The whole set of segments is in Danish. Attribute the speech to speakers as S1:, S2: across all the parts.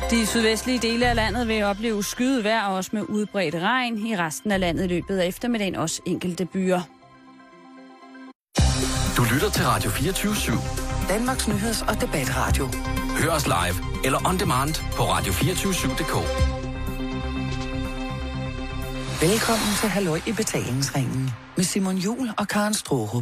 S1: De sydvestlige dele af landet vil opleve skyet vejr, også med udbredt regn. I resten af landet i løbet af eftermiddagen også enkelte byer.
S2: Du lytter til Radio 24/7.
S3: Danmarks nyheds- og debatradio.
S2: Hør os live eller on demand på radio247.dk.
S3: Velkommen til Halløj i betalingsringen med Simon Juhl og Karen Straarup.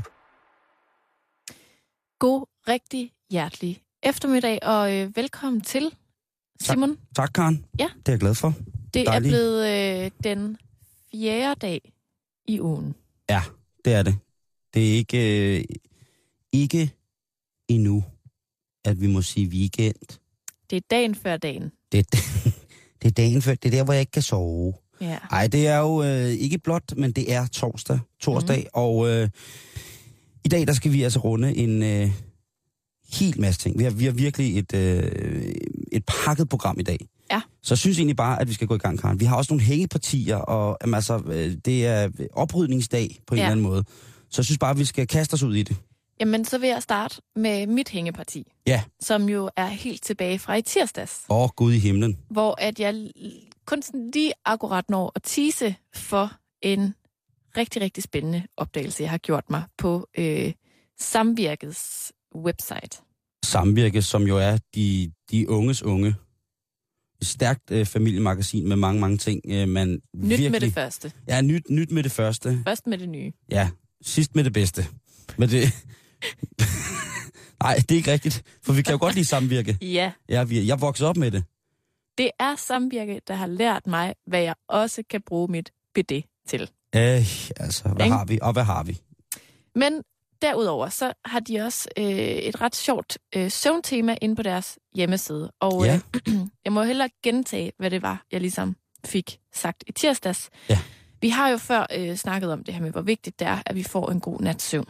S4: God, rigtig hjertelig eftermiddag, og velkommen til, Simon.
S5: Tak, Karen.
S4: Ja.
S5: Det er jeg glad for.
S4: Det
S5: Dejligt.
S4: er blevet den 4. dag i ugen.
S5: Ja, det er det. Det er ikke endnu, at vi må sige weekend.
S4: Det er dagen før dagen.
S5: Det er dagen før. Det er der, hvor jeg ikke kan sove.
S4: Ja.
S5: Ej, det er jo ikke blot, men det er torsdag, og i dag der skal vi altså runde en hel masse ting. Vi har virkelig et pakket program i dag.
S4: Ja.
S5: Så jeg synes egentlig bare, at vi skal gå i gang, Karen. Vi har også nogle hængepartier, og det er oprydningsdag på en eller anden måde. Så jeg synes bare, at vi skal kaste os ud i det.
S4: Jamen, så vil jeg starte med mit hængeparti.
S5: Ja.
S4: Som jo er helt tilbage fra i tirsdags.
S5: Gud i himlen.
S4: Hvor at jeg kun sådan lige akkurat når at tease for en rigtig, rigtig spændende opdagelse, jeg har gjort mig på Samvirkets website.
S5: Samvirke, som jo er de unges unge. Et stærkt familiemagasin med mange, mange ting. Man
S4: Nyt
S5: virkelig...
S4: med det første.
S5: Ja, nyt med det første.
S4: Først med det nye.
S5: Ja, sidst med det bedste. Men det... Nej, det er ikke rigtigt, for vi kan jo godt lide Samvirke.
S4: Ja.
S5: Jeg voksede op med det.
S4: Det er Samvirke, der har lært mig, hvad jeg også kan bruge mit BD til.
S5: Altså, hvad har vi?
S4: Men derudover, så har de også et ret sjovt søvntema inde på deres hjemmeside. Og
S5: Ja.
S4: Jeg må hellere gentage, hvad det var, jeg ligesom fik sagt i tirsdags.
S5: Ja.
S4: Vi har jo før snakket om det her med, hvor vigtigt det er, at vi får en god nats søvn.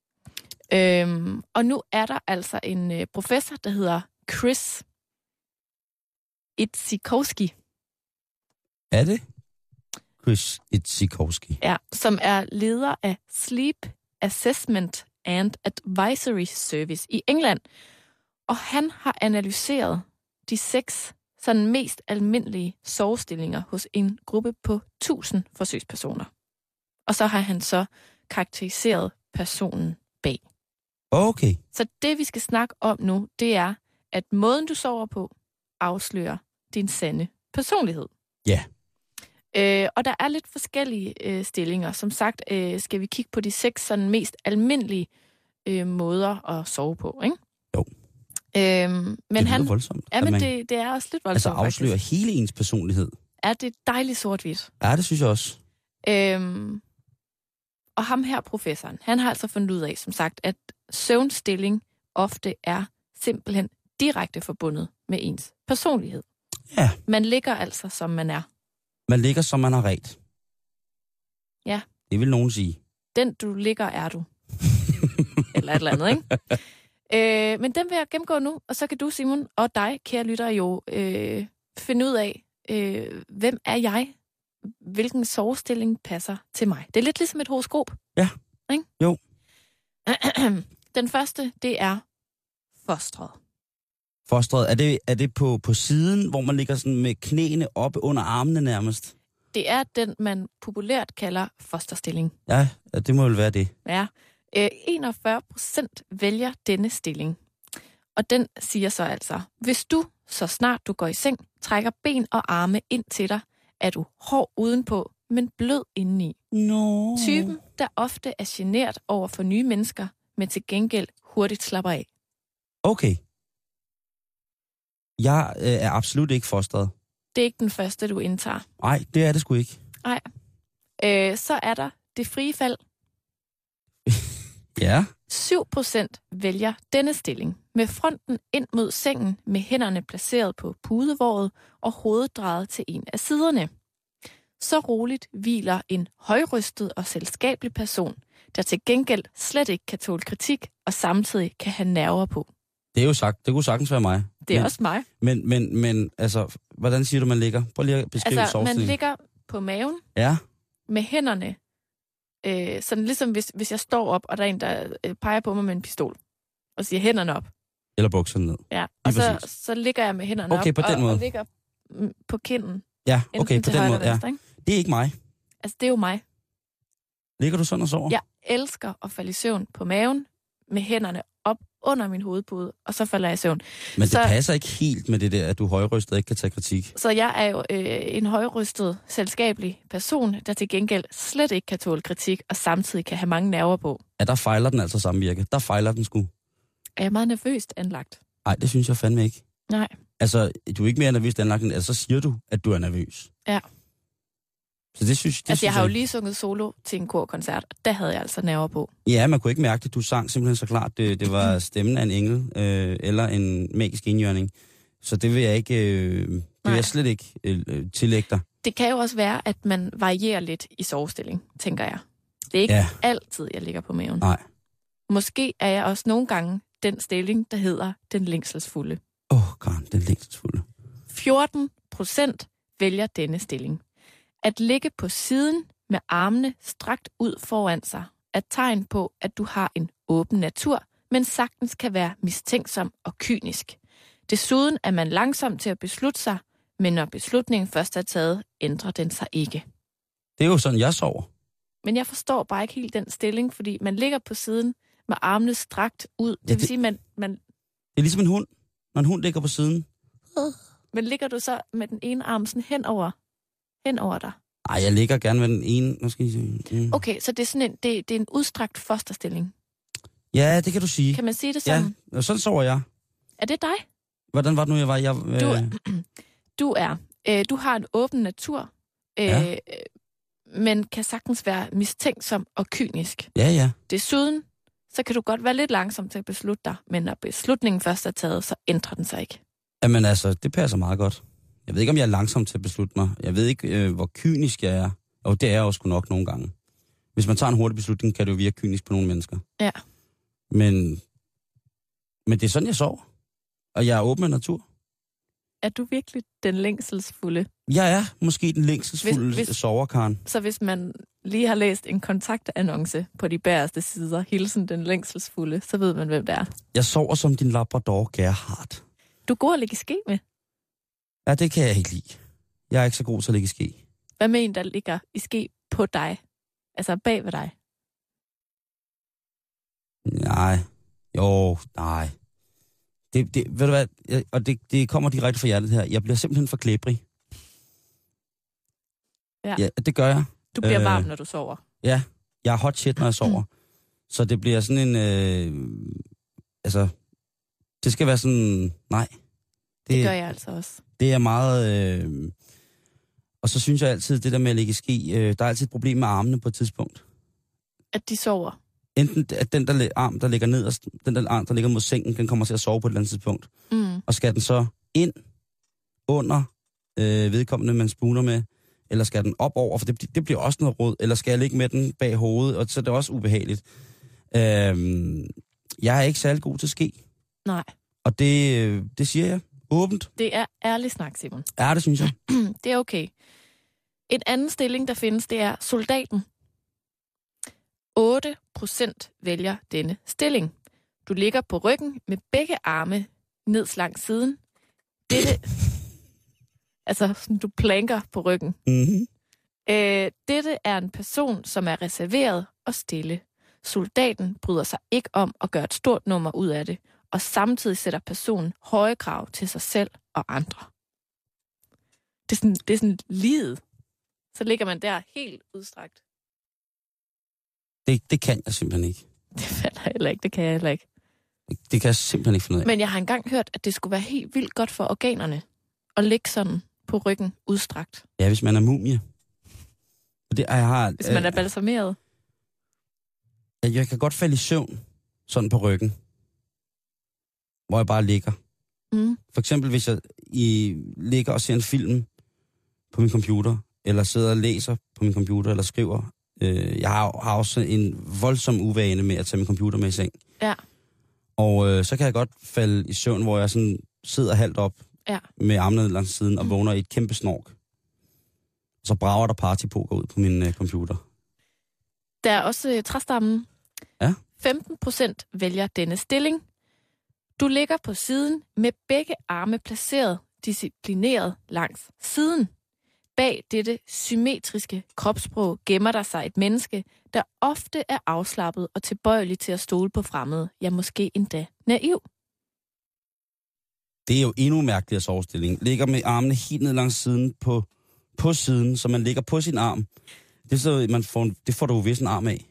S4: Og nu er der altså en professor, der hedder Chris Itzikowski.
S5: Er det? Chris Itzikowski.
S4: Ja, som er leder af Sleep Assessment and Advisory Service i England. Og han har analyseret de 6 sådan mest almindelige sovestillinger hos en gruppe på 1000 forsøgspersoner. Og så har han så karakteriseret personen bag.
S5: Okay.
S4: Så det, vi skal snakke om nu, det er, at måden, du sover på, afslører din sande personlighed.
S5: Ja.
S4: Og der er lidt forskellige stillinger. Som sagt, skal vi kigge på de 6 sådan mest almindelige måder at sove på, ikke?
S5: Jo.
S4: Men
S5: det er voldsomt.
S4: Ja, men det er også lidt voldsomt,
S5: altså afslører
S4: faktisk.
S5: hele ens personlighed.
S4: Er det dejligt sort-hvidt?
S5: Ja, det synes jeg også.
S4: Og ham her, professoren, han har altså fundet ud af, som sagt, at søvnstilling ofte er simpelthen direkte forbundet med ens personlighed.
S5: Ja.
S4: Man ligger altså, som man er.
S5: Man ligger, som man har ret.
S4: Ja.
S5: Det vil nogen sige.
S4: Den, du ligger, er du. Eller et eller andet, ikke? Men den vil jeg gennemgå nu, og så kan du, Simon, og dig, kære lytter, jo finde ud af, hvem er jeg? Hvilken sovestilling passer til mig? Det er lidt ligesom et horoskop.
S5: Ja.
S4: Ikke?
S5: Jo.
S4: Den første, det er fostret.
S5: Fostret, er det på siden, hvor man ligger sådan med knæene oppe under armene nærmest?
S4: Det er den, man populært kalder fosterstilling.
S5: Ja, det må vel være det.
S4: Ja. 41% vælger denne stilling. Og den siger så altså, hvis du, så snart du går i seng, trækker ben og arme ind til dig, er du hård udenpå, men blød indeni.
S5: No.
S4: Typen, der ofte er genert over for nye mennesker, men til gengæld hurtigt slapper af.
S5: Okay. Jeg er absolut ikke fostret.
S4: Det er ikke den første, du indtager.
S5: Nej, det er det sgu ikke.
S4: Nej. Så er der det frie fald.
S5: Ja.
S4: 7% vælger denne stilling, med fronten ind mod sengen, med hænderne placeret på pudevåret og hovedet drejet til en af siderne. Så roligt hviler en højrystet og selskabelig person, der til gengæld slet ikke kan tåle kritik og samtidig kan have nerver på.
S5: Det er jo sagt. Det kunne sagtens være mig.
S4: Det er også mig.
S5: Men altså, hvordan siger du, man ligger? Prøv lige at beskrive
S4: Altså, man
S5: sovestillingen.
S4: ligger på maven,
S5: Ja.
S4: med hænderne, sådan ligesom hvis jeg står op, og der er en, der peger på mig med en pistol, og siger hænderne op.
S5: Eller bukserne ned.
S4: Ja, og så ligger jeg med hænderne
S5: okay,
S4: op
S5: på den måde.
S4: og ligger på kinden.
S5: Ja, okay, på den måde. Ja.
S4: Venstre, ikke?
S5: Det er ikke mig.
S4: Altså, det er jo mig.
S5: Ligger du sådan og sover?
S4: Jeg elsker at falde i søvn på maven med hænderne op under min hovedpude, og så falder jeg i søvn.
S5: Men det passer ikke helt med det der, at du højrystet og ikke kan tage kritik.
S4: Så jeg er jo en højrystet, selskabelig person, der til gengæld slet ikke kan tåle kritik, og samtidig kan have mange nerver på.
S5: Ja, der fejler den altså samvirke. Der fejler den sgu.
S4: Er jeg meget nervøst anlagt?
S5: Nej, det synes jeg fandme ikke.
S4: Nej.
S5: Altså, du er ikke mere nervøst anlagt, end så siger du, at du er nervøs.
S4: Ja.
S5: Så det synes
S4: jeg har jo lige sunget solo til en korkoncert, og der havde jeg altså nerver på.
S5: Ja, man kunne ikke mærke det. Du sang simpelthen så klart. Det var stemmen af en engel, eller en magisk indjørning. Så det vil jeg ikke, det vil jeg slet ikke tillægge dig.
S4: Det kan jo også være, at man varierer lidt i sovestilling, tænker jeg. Det er ikke altid, jeg ligger på maven.
S5: Nej.
S4: Måske er jeg også nogle gange den stilling, der hedder den længselsfulde.
S5: Karen, den længselsfulde.
S4: 14% vælger denne stilling. At ligge på siden med armene strakt ud foran sig er tegn på, at du har en åben natur, men sagtens kan være mistænksom og kynisk. Desuden er man langsom til at beslutte sig, men når beslutningen først er taget, ændrer den sig ikke.
S5: Det er jo sådan, jeg sover.
S4: Men jeg forstår bare ikke helt den stilling, fordi man ligger på siden med armene strakt ud. Det vil sige, man...
S5: Det er ligesom en hund. Når en hund ligger på siden.
S4: Men ligger du så med den ene arm sådan hen over dig?
S5: Nej, jeg ligger gerne med den ene. Nu skal I se.
S4: Okay, så det er sådan det er en udstrakt fosterstilling.
S5: Ja, det kan du sige.
S4: Kan man sige det sådan?
S5: Ja, sådan sover jeg.
S4: Er det dig?
S5: Hvordan var det nu, jeg var?
S4: Du har en åben natur, men kan sagtens være mistænksom og kynisk.
S5: Ja.
S4: Desuden, så kan du godt være lidt langsom til at beslutte dig, men når beslutningen først er taget, så ændrer den sig ikke.
S5: Jamen altså, det passer meget godt. Jeg ved ikke, om jeg er langsom til at beslutte mig. Jeg ved ikke, hvor kynisk jeg er. Og det er jeg også nok nogle gange. Hvis man tager en hurtig beslutning, kan det jo virke kynisk på nogle mennesker.
S4: Ja.
S5: Men det er sådan, jeg sover. Og jeg er åben af natur.
S4: Er du virkelig den længselsfulde?
S5: Jeg er måske den længselsfulde sover, Karen.
S4: Så hvis man lige har læst en kontaktannonce på de bagerste sider, hilsen den længselsfulde, så ved man, hvem det er.
S5: Jeg sover som din labrador Gerhard.
S4: Du er god at ligge i ske med.
S5: Ja, det kan jeg ikke lide. Jeg er ikke så god til at ligge i ske.
S4: Hvad med en, der ligger i ske på dig? Altså bag ved dig?
S5: Nej. Nej. Ved du hvad? Og det kommer direkte fra hjertet her. Jeg bliver simpelthen for klæbrig. Ja, det gør jeg.
S4: Du bliver varm, når du sover.
S5: Ja, jeg er hot shit, når jeg sover. Så det bliver sådan en... det skal være sådan... Nej.
S4: Det gør jeg altså også.
S5: Det er meget... og så synes jeg altid, det der med at ligge i ske... der er altid et problem med armene på et tidspunkt.
S4: At de sover?
S5: Enten at den der arm, der ligger nederst, den der arm, der ligger mod sengen, den kommer til at sove på et eller andet tidspunkt. Og skal den så ind under vedkommende, man spooner med, eller skal den op over, for det bliver også noget rod, eller skal jeg ligge med den bag hovedet, og så er det også ubehageligt. Jeg er ikke særlig god til at ske.
S4: Nej.
S5: Og det siger jeg åbent.
S4: Det er ærlig snak, Simon.
S5: Ja, det synes jeg.
S4: Det er okay. En anden stilling, der findes, det er soldaten. 8% vælger denne stilling. Du ligger på ryggen med begge arme ned langs siden. Altså, sådan, du planker på ryggen.
S5: Mm-hmm.
S4: Dette er en person, som er reserveret og stille. Soldaten bryder sig ikke om at gøre et stort nummer ud af det, og samtidig sætter personen høje krav til sig selv og andre. Det er sådan livet. Så ligger man der helt udstrakt.
S5: Det kan jeg simpelthen ikke.
S4: Det falder heller ikke, det kan jeg heller ikke.
S5: Det kan jeg simpelthen ikke finde ud af.
S4: Men jeg har engang hørt, at det skulle være helt vildt godt for organerne at ligge sådan på ryggen udstrakt.
S5: Ja, hvis man er mumie.
S4: Hvis man er balsameret.
S5: Jeg kan godt falde i søvn sådan på ryggen, hvor jeg bare ligger. For eksempel, hvis jeg ligger og ser en film på min computer, eller sidder og læser på min computer, eller skriver. Jeg har også en voldsom uvane med at tage min computer med i seng.
S4: Ja.
S5: Og så kan jeg godt falde i søvn, hvor jeg sådan sidder halvt op med armene langs siden og vågner i et kæmpe snork. Så brager der partypoker ud på min computer.
S4: Der er også træstammen.
S5: Ja.
S4: 15% vælger denne stilling. Du ligger på siden med begge arme placeret disciplineret langs siden. Bag dette symmetriske kropssprog gemmer der sig et menneske, der ofte er afslappet og tilbøjelig til at stole på fremmede, ja måske endda naiv.
S5: Det er jo endnu mærkeligere sovestilling. Ligger med armene helt ned langs siden på siden, så man ligger på sin arm. Det får du jo vist en arm af.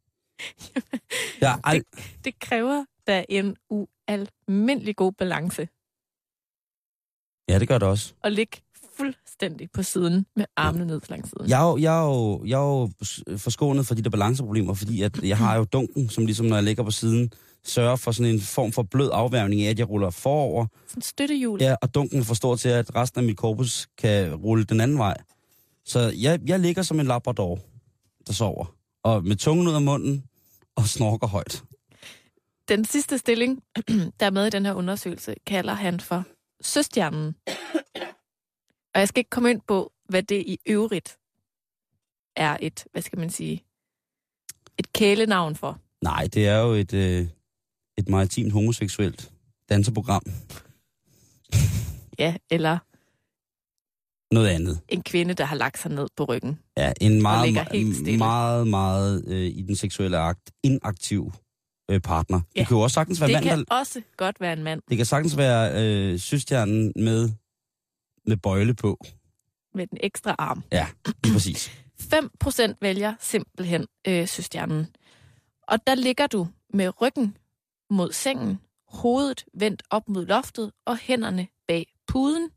S4: Det kræver da en ualmindelig god balance.
S5: Ja, det gør det også.
S4: Og ligge fuldstændig på siden med armene ned langs siden.
S5: Jeg er jo forskånet for de der balanceproblemer, fordi at jeg har jo dunken, som ligesom når jeg ligger på siden, sørger for sådan en form for blød afværgning af, at jeg ruller forover.
S4: Sådan støttehjul.
S5: Ja, og dunken er for stor til, at resten af mit korpus kan rulle den anden vej. Så jeg ligger som en labrador, der sover. Og med tungen ud af munden og snorker højt.
S4: Den sidste stilling, der er med i den her undersøgelse, kalder han for søstjernen. Og jeg skal ikke komme ind på, hvad det i øvrigt er et, hvad skal man sige, et kælenavn for.
S5: Nej, det er jo et maritimt homoseksuelt danseprogram.
S4: Ja, eller
S5: noget andet.
S4: En kvinde, der har lagt sig ned på ryggen.
S5: Ja, en meget i den seksuelle akt inaktiv partner. Ja. Det kan jo også sagtens være
S4: det
S5: mand.
S4: Det kan også godt være en mand.
S5: Det kan sagtens være søstjernen med bøjle på.
S4: Med den ekstra arm.
S5: Ja, lige præcis.
S4: 5% vælger simpelthen søstjernen. Og der ligger du med ryggen mod sengen, hovedet vendt op mod loftet og hænderne bag puden.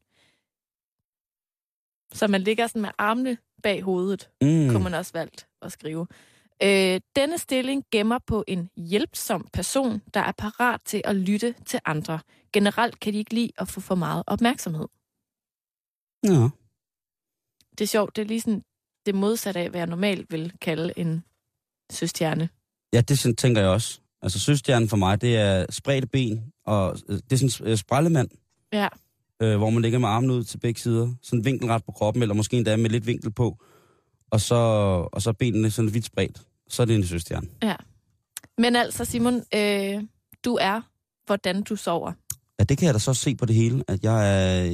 S4: Så man ligger sådan med armene bag hovedet, kunne man også valgt at skrive. Denne stilling gemmer på en hjælpsom person, der er parat til at lytte til andre. Generelt kan de ikke lide at få for meget opmærksomhed.
S5: Ja.
S4: Det er sjovt, det er lige sådan det modsatte af, hvad jeg normalt vil kalde en søstjerne.
S5: Ja, det tænker jeg også. Altså søstjernen for mig, det er spredte ben, og det er sådan en sprallemand.
S4: Ja.
S5: Hvor man ligger med armen ud til begge sider, sådan vinkelret på kroppen, eller måske endda med lidt vinkel på, og så benene sådan vidt spredt. Så er det en søstjerne. Ja.
S4: Men altså, Simon, du er, hvordan du sover.
S5: Ja, det kan jeg da så se på det hele, at jeg er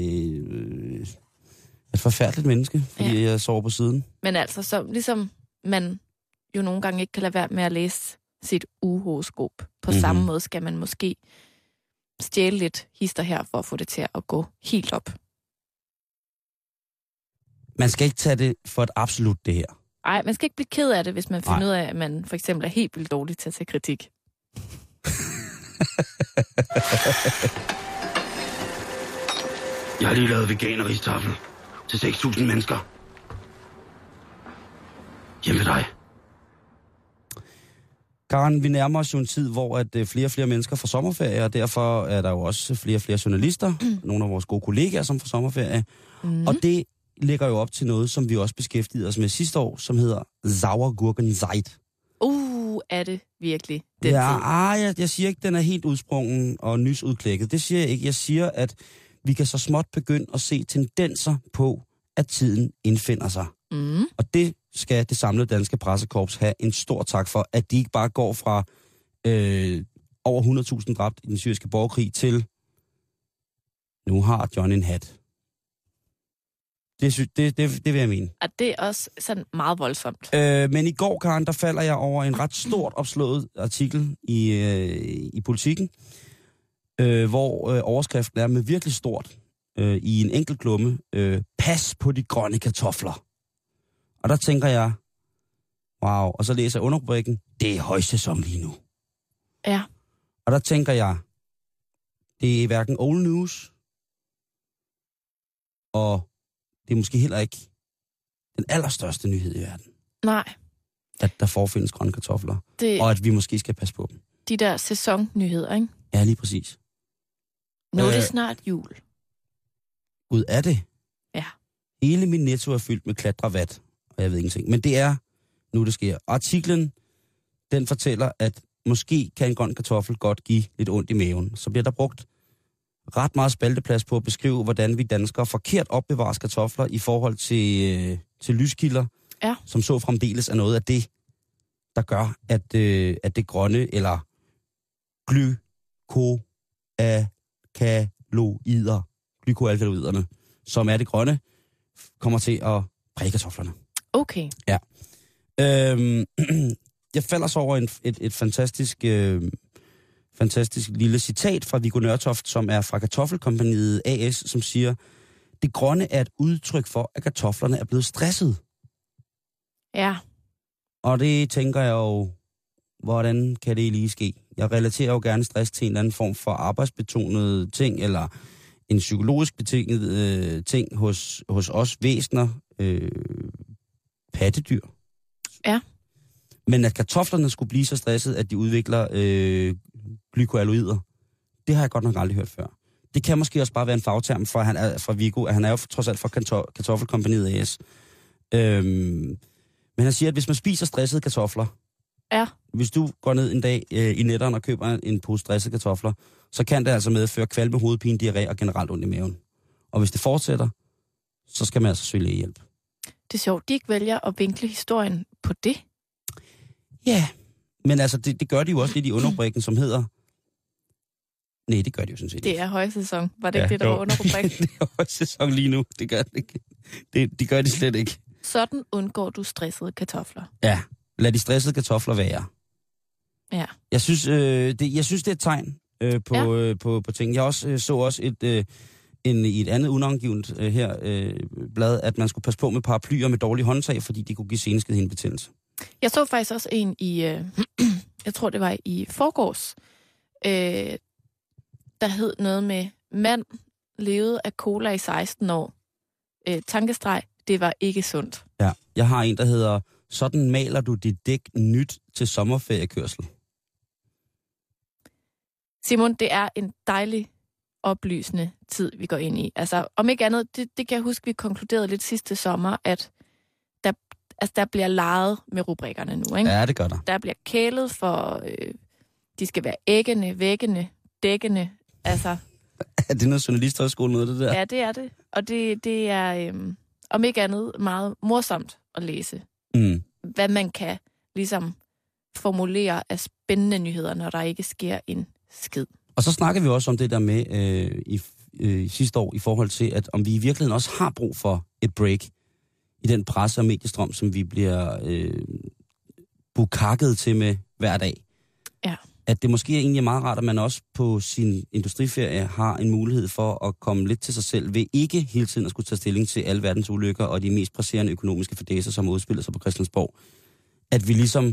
S5: et forfærdeligt menneske, fordi jeg sover på siden.
S4: Men altså, så ligesom man jo nogle gange ikke kan lade være med at læse sit ugehoroskop, på samme måde skal man måske stjæle lidt hister her, for at få det til at gå helt op.
S5: Man skal ikke tage det for et absolut, det her.
S4: Nej, man skal ikke blive ked af det, hvis man finder ud af, at man for eksempel er helt vildt dårlig til at tage kritik.
S5: Jeg har lige lavet veganeristafel til 6.000 mennesker. Hjemme ved dig. Karen, vi nærmer os jo en tid, hvor at flere og flere mennesker får sommerferie, og derfor er der jo også flere og flere journalister, nogle af vores gode kollegaer, som får sommerferie. Og det lægger jo op til noget, som vi også beskæftigede os med sidste år, som hedder Sauergurkenzeit.
S4: Er det virkelig
S5: den tid? Jeg siger ikke, at den er helt udsprungen og nysudklækket. Det siger jeg ikke. Jeg siger, at vi kan så småt begynde at se tendenser på, at tiden indfinder sig. Og det skal det samlede danske pressekorps have en stor tak for, at de ikke bare går fra over 100.000 dræbt i den syriske borgerkrig til nu har John en hat. Det vil jeg mene.
S4: Og det er også sådan meget voldsomt.
S5: Men i går, Karen, der falder jeg over en ret stort opslået artikel i Politiken, hvor overskriften er med virkelig stort i en enkelt klumme. Pas på de grønne kartofler. Og der tænker jeg, wow, og så læser jeg underrubrikken, det er højsæson lige nu.
S4: Ja.
S5: Og der tænker jeg, det er hverken old news, og det er måske heller ikke den allerstørste nyhed i verden.
S4: Nej.
S5: At der forefindes grønne kartofler, og at vi måske skal passe på dem.
S4: De der sæsonnyheder, ikke?
S5: Ja, lige præcis.
S4: Nu er det snart jul.
S5: Ud af det?
S4: Ja.
S5: Hele min netto er fyldt med klatrevat, og jeg ved ingenting. Men det er nu, det sker. Artiklen, den fortæller, at måske kan en grøn kartoffel godt give lidt ondt i maven. Så bliver der brugt ret meget spalteplads på at beskrive, hvordan vi danskere forkert opbevares kartofler i forhold til lyskilder, som så fremdeles er noget af det, der gør, at det grønne eller glykoalkaloiderne, som er det grønne, kommer til at præge kartoflerne.
S4: Okay.
S5: Ja. Jeg falder så over et fantastisk lille citat fra Viggo Nørtoft, som er fra Kartoffelkompagniet AS, som siger, det grønne er et udtryk for, at kartoflerne er blevet stresset.
S4: Ja.
S5: Og det tænker jeg jo, hvordan kan det lige ske? Jeg relaterer jo gerne stress til en eller anden form for arbejdsbetonet ting, eller en psykologisk betinget ting hos os væsener, pattedyr.
S4: Ja. Men
S5: at kartoflerne skulle blive så stresset, at de udvikler glykoalkaloider, det har jeg godt nok aldrig hørt før. Det kan måske også bare være en fagterm for, han er fra Viggo, at han er jo trods alt fra Kartoffelkompagniet AS. Men han siger, at hvis man spiser stressede kartofler, hvis du går ned en dag i netteren og køber en pose stressede kartofler, så kan det altså medføre kvalme, hovedpine, diarré og generelt ondt i maven. Og hvis det fortsætter, så skal man altså søge lægehjælp.
S4: Det er sjovt, de ikke vælger at vinkle historien på det.
S5: Ja, men altså det gør de jo også lidt i underrubrikken, som hedder... Nej, det gør de jo sådan set ikke.
S4: Det er højsæson. Var det ikke det, der var underrubrikken?
S5: Det er højsæson lige nu. Det gør det ikke. Det gør de slet ikke.
S4: Sådan undgår du stressede kartofler.
S5: Ja, lad de stressede kartofler være.
S4: Ja.
S5: Jeg synes, det er et tegn på ting. Jeg så også i et andet unangivet blad, at man skulle passe på med paraplyer med dårlig håndtag, fordi de kunne give seneskadhindebetændelse.
S4: Jeg så faktisk også en i, jeg tror det var i forgårs, der hed noget med, mand levede af cola i 16 år. Tankestreg, det var ikke sundt.
S5: Ja, jeg har en, der hedder, sådan maler du dit dæk nyt til sommerferiekørsel.
S4: Simon, det er en dejlig oplysende tid, vi går ind i. Altså, om ikke andet, det kan jeg huske, vi konkluderede lidt sidste sommer, at der bliver leget med rubrikkerne nu, ikke?
S5: Ja, det gør der.
S4: Der bliver kælet for, de skal være æggende, væggende, dækkende, altså...
S5: Er det noget journalisthøjskole, noget det der?
S4: Ja, det er det. Og det er, om ikke andet, meget morsomt at læse.
S5: Mm.
S4: Hvad man kan ligesom formulere af spændende nyheder, når der ikke sker en skid.
S5: Og så snakker vi også om det der med i sidste år, i forhold til, at om vi i virkeligheden også har brug for et break i den presse- og mediestrøm, som vi bliver bukakket til med hver dag.
S4: Ja.
S5: At det måske egentlig er meget rart, at man også på sin industriferie har en mulighed for at komme lidt til sig selv, ved ikke hele tiden at skulle tage stilling til alle verdens ulykker og de mest presserende økonomiske fordæser, som udspiller sig på Christiansborg. At vi ligesom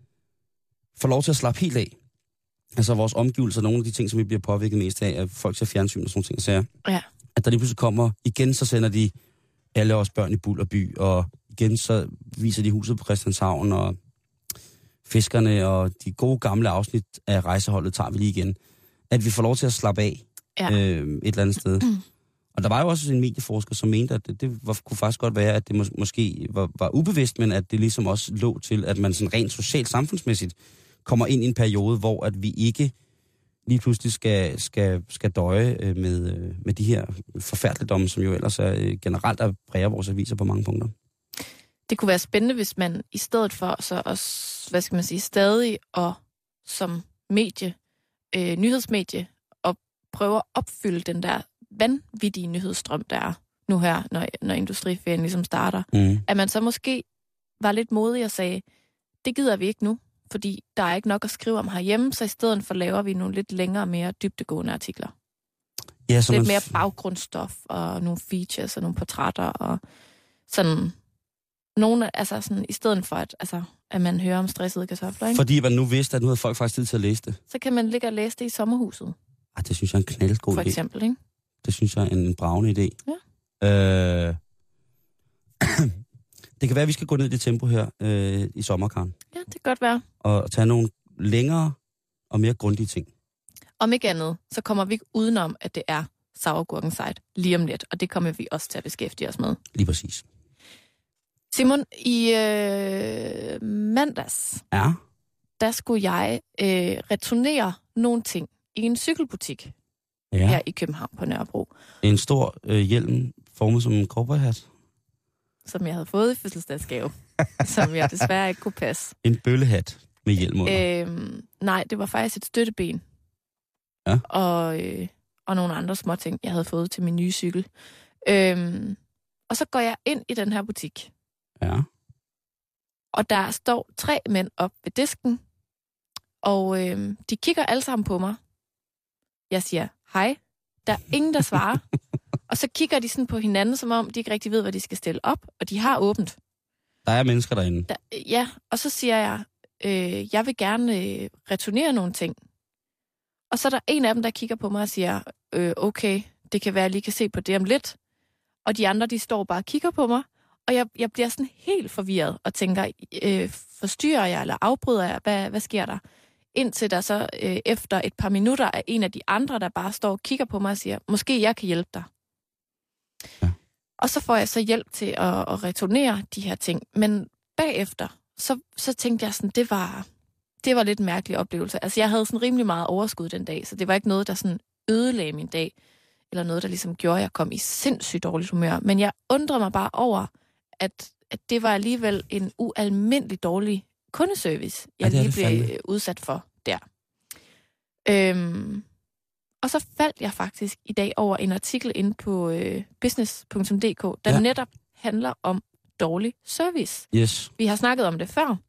S5: får lov til at slappe helt af. Altså vores omgivelser, nogle af de ting, som vi bliver påvirket mest af, at folk ser fjernsyn og sådan ting, så
S4: ja.
S5: At der lige pludselig kommer, igen så sender de alle os børn i Bull og By, og igen så viser de huset på Christianshavn, og fiskerne og de gode gamle afsnit af rejseholdet tager vi lige igen. At vi får lov til at slappe af et eller andet sted. Og der var jo også en medieforsker, som mente, at det kunne faktisk godt være, at det måske var ubevidst, men at det ligesom også lå til, at man sådan rent socialt samfundsmæssigt kommer ind i en periode, hvor at vi ikke lige pludselig skal døje med de her forfærdeligdomme, som jo ellers generelt præger vores aviser på mange punkter.
S4: Det kunne være spændende, hvis man i stedet for så også, hvad skal man sige, stadig og som medie, nyhedsmedie, og prøve at opfylde den der vanvittige nyhedsstrøm, der er nu her, når industriferien ligesom starter. At man så måske var lidt modig og sagde, det gider vi ikke nu, fordi der er ikke nok at skrive om herhjemme, så i stedet for laver vi nogle lidt længere, mere dybdegående artikler.
S5: Ja,
S4: lidt mere baggrundsstof, og nogle features, og nogle portrætter, og sådan nogle, altså sådan, i stedet for, at man hører om stressede kartofler, ikke?
S5: Fordi man nu vidste, at nu havde folk faktisk tid til at læse det.
S4: Så kan man ligge og læse det i sommerhuset.
S5: Det synes jeg er en knaldgod idé.
S4: For eksempel, ikke?
S5: Det synes jeg er en bragende idé.
S4: Ja.
S5: Det kan være, at vi skal gå ned i det tempo her i sommerkaren.
S4: Ja, det kan godt være.
S5: Og tage nogle længere og mere grundige ting.
S4: Om ikke andet, så kommer vi ikke udenom, at det er sauergurkenzeit lige om lidt, og det kommer vi også til at beskæftige os med.
S5: Lige præcis.
S4: Simon, i mandags, der skulle jeg returnere nogle ting i en cykelbutik her i København på Nørrebro. En
S5: stor hjelm formet som en cowboyhat.
S4: Som jeg havde fået i fødselsdagsgave, som jeg desværre ikke kunne passe.
S5: En bøllehat med hjelm under.
S4: Nej, det var faktisk et støtteben.
S5: Ja.
S4: Og nogle andre små ting, jeg havde fået til min nye cykel. Og så går jeg ind i den her butik.
S5: Ja.
S4: Og der står 3 mænd op ved disken, og de kigger alle sammen på mig. Jeg siger, hej. Der er ingen, der svarer. Og så kigger de sådan på hinanden, som om de ikke rigtig ved, hvad de skal stille op, og de har åbent.
S5: Der er mennesker derinde.
S4: Ja, og så siger jeg, jeg vil gerne returnere nogle ting. Og så er der en af dem, der kigger på mig og siger, okay, det kan være, at jeg lige kan se på det om lidt. Og de andre, de står bare og kigger på mig, og jeg bliver sådan helt forvirret og tænker, forstyrrer jeg eller afbryder jeg? Hvad sker der? Indtil der så efter et par minutter er en af de andre, der bare står og kigger på mig og siger, måske jeg kan hjælpe dig. Ja. Og så får jeg så hjælp til at returnere de her ting. Men bagefter, så tænkte jeg sådan, det var lidt en mærkelig oplevelse. Altså jeg havde sådan rimelig meget overskud den dag, så det var ikke noget, der sådan ødelagde min dag, eller noget, der ligesom gjorde, at jeg kom i sindssygt dårligt humør. Men jeg undrede mig bare over, at det var alligevel en ualmindelig dårlig kundeservice, jeg lige blev udsat for der. Og så faldt jeg faktisk i dag over en artikel inde på business.dk, der netop handler om dårlig service.
S5: Yes.
S4: Vi har snakket om det før.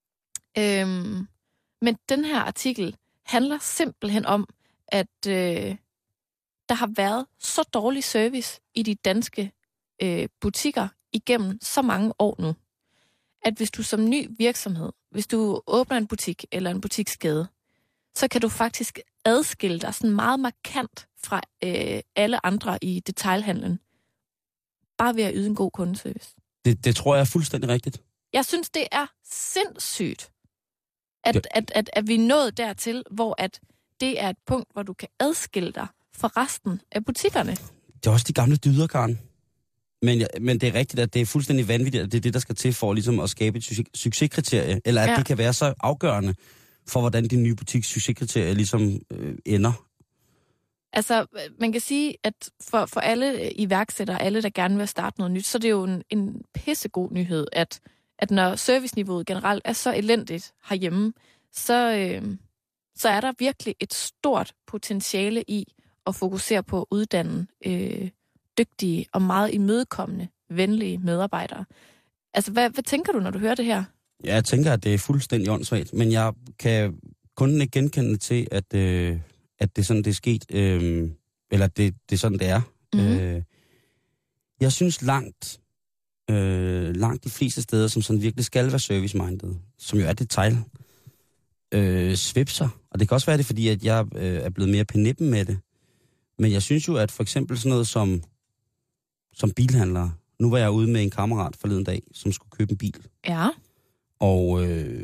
S4: Men den her artikel handler simpelthen om, at der har været så dårlig service i de danske butikker igennem så mange år nu, at hvis du som ny virksomhed, hvis du åbner en butik eller en butikskæde, så kan du faktisk adskille dig sådan meget markant fra alle andre i detailhandlen, bare ved at yde en god kundeservice.
S5: Det tror jeg er fuldstændig rigtigt.
S4: Jeg synes, det er sindssygt, at vi er nået dertil, hvor at det er et punkt, hvor du kan adskille dig fra resten af butikkerne.
S5: Det er også de gamle dyder, Karen. Men det er rigtigt, at det er fuldstændig vanvittigt, at det er det, der skal til for ligesom at skabe et succeskriterie, eller at det kan være så afgørende for, hvordan din nye butiks succeskriterie ligesom ender. Altså,
S4: man kan sige, at for alle iværksættere, alle, der gerne vil starte noget nyt, så er det jo en pissegod nyhed, at når serviceniveauet generelt er så elendigt herhjemme, så er der virkelig et stort potentiale i at fokusere på at uddanne dygtige og meget imødekommende, venlige medarbejdere. Altså, hvad tænker du, når du hører det her?
S5: Ja, jeg tænker, at det er fuldstændig åndssvagt, men jeg kan kun ikke genkende til, at det er sådan, det er sket, eller det er sådan, det er. Mm-hmm. Jeg synes langt de fleste steder, som sådan virkelig skal være service-minded, som jo er detail, svipser. Og det kan også være det, fordi at jeg er blevet mere penippen med det. Men jeg synes jo, at for eksempel sådan noget som bilhandlere. Nu var jeg ude med en kammerat forleden dag, som skulle købe en bil.
S4: Ja.
S5: Og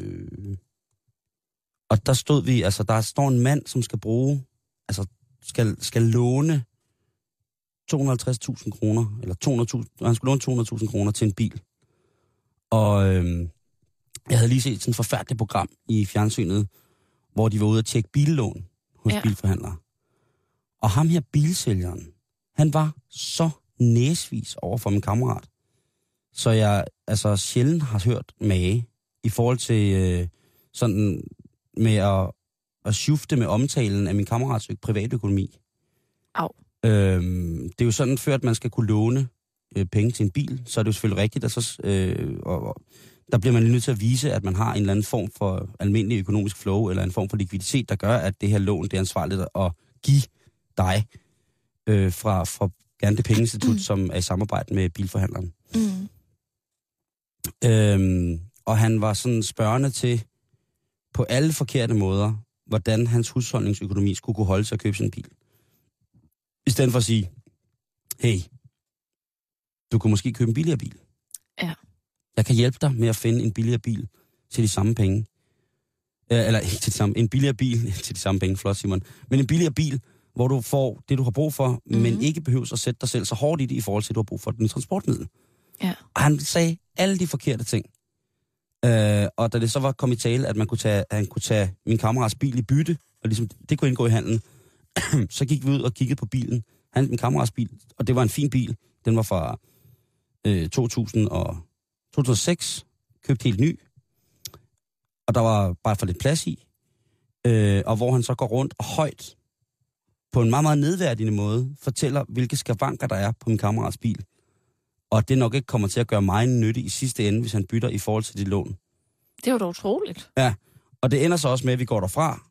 S5: der stod vi, altså der står en mand, som skal bruge, altså skal låne 250.000 kroner, eller 200.000, han skulle låne 200.000 kroner til en bil. Og jeg havde lige set sådan et forfærdeligt program i fjernsynet, hvor de var ude at tjekke billån hos bilforhandlere. Og ham her bilsælgeren, han var så næsvis over for min kammerat. Så jeg altså sjældent har hørt mage i forhold til sådan med at skifte med omtalen af min kammerats privatøkonomi.
S4: Au.
S5: Det er jo sådan, før at man skal kunne låne penge til en bil, så er det jo selvfølgelig rigtigt, at så, der bliver man nødt til at vise, at man har en eller anden form for almindelig økonomisk flow, eller en form for likviditet, der gør, at det her lån, det er ansvarligt at give dig fra gerne det pengeinstitut, som er i samarbejde med bilforhandleren. Mm. Og han var sådan spørgende til, på alle forkerte måder, hvordan hans husholdningsøkonomi skulle kunne holde sig at købe sin bil. I stedet for at sige, hey, du kunne måske købe en billigere bil.
S4: Ja.
S5: Jeg kan hjælpe dig med at finde en billigere bil til de samme penge. Eller ikke til de samme, en billigere bil til de samme penge, flot Simon. Men en billigere bil, hvor du får det, du har brug for, men ikke behøver at sætte dig selv så hårdt i det, i forhold til, at du har brug for et transportmiddel.
S4: Ja.
S5: Og han sagde alle de forkerte ting. Og da det så var kommet i tale, at han kunne tage min kammerats bil i bytte, og ligesom det kunne indgå i handlen, så gik vi ud og kiggede på bilen. Min kammerats bil, og det var en fin bil. Den var fra 2006, købt helt ny. Og der var bare for lidt plads i. Og hvor han så går rundt og højt på en meget, meget nedværdigende måde fortæller, hvilke skavanker der er på min kammerats bil. Og det nok ikke kommer til at gøre mig en nytte i sidste ende, hvis han bytter i forhold til dit lån.
S4: Det er jo da utroligt.
S5: Ja, og det ender så også med, at vi går derfra,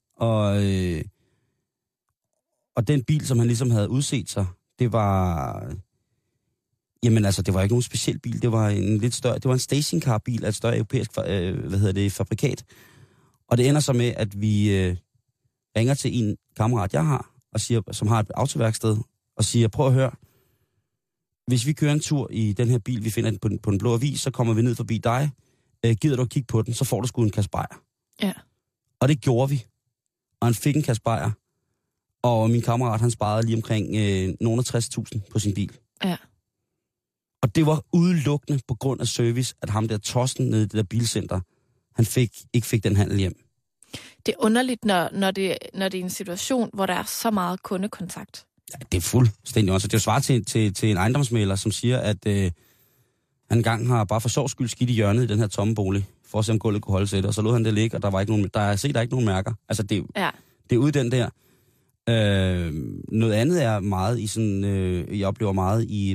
S5: og den bil, som han ligesom havde udset sig, det var... Jamen altså, det var ikke nogen speciel bil, det var en lidt større... Det var en stationcar-bil af et større europæisk fabrikat. Og det ender så med, at vi ringer til en kammerat, jeg har, og siger, som har et autoværksted, og siger, prøv at høre, hvis vi kører en tur i den her bil, vi finder den på den blå avis, så kommer vi ned forbi dig, gider du at kigge på den, så får du sgu en kasse bajer.
S4: Ja.
S5: Og det gjorde vi. Og han fik en kasse bajer, og min kammerat, han sparede lige omkring nogle 60.000 på sin bil.
S4: Ja.
S5: Og det var udelukkende på grund af service, at ham der Torsten nede i det der bilcenter, han ikke fik den handel hjem.
S4: Det er underligt, når det er en situation, hvor der er så meget kundekontakt.
S5: Ja, det er fuldstændig også. Det er jo svar til en ejendomsmægler, som siger, at han engang har bare for sjovs skyld skidt i hjørnet i den her tomme bolig, for at se om gulvet kunne holde sig det, og så lod han det ligge, og der er ikke nogen mærker. Altså, det er ude den der. Noget andet er meget i sådan, jeg oplever meget i,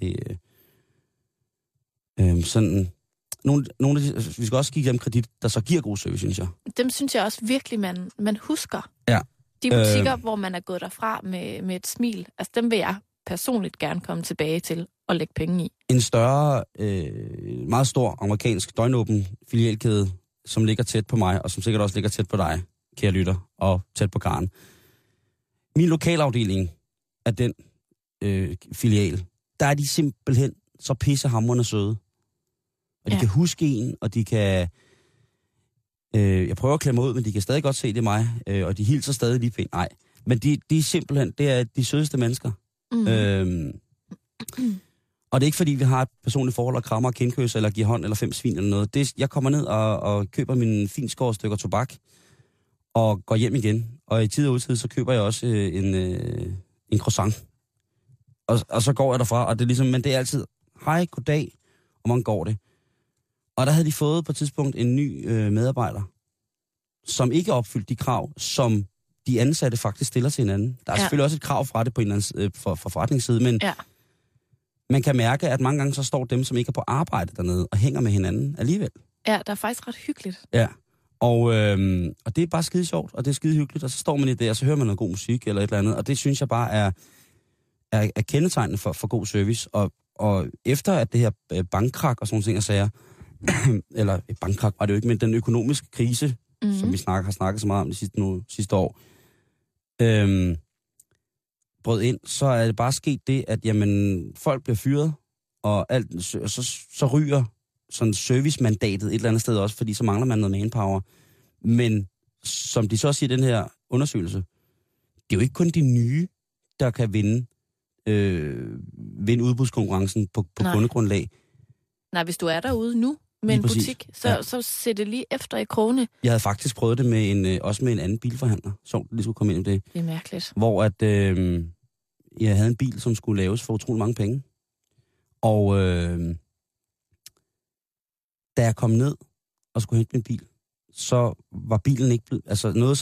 S5: sådan, nogle af de, vi skal også give dem kredit, der så giver god service, synes jeg.
S4: Dem synes jeg også virkelig, man husker.
S5: Ja.
S4: De butikker, hvor man er gået derfra med et smil, altså dem vil jeg personligt gerne komme tilbage til og lægge penge i. En
S5: større, meget stor amerikansk døgnåben filialkæde, som ligger tæt på mig, og som sikkert også ligger tæt på dig, kære lytter, og tæt på Karen. Min lokalafdeling af den filial, der er de simpelthen så pissehamrende søde. Og de kan huske en, og de kan... jeg prøver at klemme ud, men de kan stadig godt se det er mig, og de hilser stadig lige pænt. Nej, men de er simpelthen, det er de sødeste mennesker. Og det er ikke fordi, vi har et personligt forhold og krammer og kindkøs, eller giver hånd, eller 5 svin eller noget. Jeg kommer ned og køber mine finskårede stykker tobak, og går hjem igen. Og i tid og udtid, så køber jeg også en croissant. Og så går jeg derfra, og det er ligesom, men det er altid, hej, goddag, og hvordan går det? Og der havde de fået på et tidspunkt en ny medarbejder, som ikke opfyldte de krav, som de ansatte faktisk stiller til hinanden. Der er selvfølgelig også et krav fra det på en eller anden fra forretningsside, men man kan mærke, at mange gange så står dem, som ikke er på arbejde dernede, og hænger med hinanden alligevel.
S4: Ja, der er faktisk ret hyggeligt.
S5: Ja, og det er bare skide sjovt, og det er skide hyggeligt, og så står man i det, og så hører man noget god musik eller et eller andet, og det synes jeg bare er kendetegnende for god service. Og efter at det her bankkrak og sådan nogle ting, jeg sagde, eller bankkrak var det jo ikke, men den økonomiske krise, som vi har snakket så meget om de sidste år, brød ind, så er det bare sket det, at jamen, folk bliver fyret, og så ryger sådan servicemandatet et eller andet sted også, fordi så mangler man noget manpower. Men som de så siger i den her undersøgelse, det er jo ikke kun de nye, der kan vinde udbudskonkurrencen på kundegrundlag. Nej,
S4: hvis du er derude nu med en butik, så sæt det lige efter i krogene. Jeg
S5: havde faktisk prøvet det med også med en anden bilforhandler, som lige skulle komme ind i det.
S4: Det er mærkeligt.
S5: Hvor at jeg havde en bil, som skulle laves for utrolig mange penge. Og da jeg kom ned og skulle hente min bil, så var bilen ikke blevet, altså noget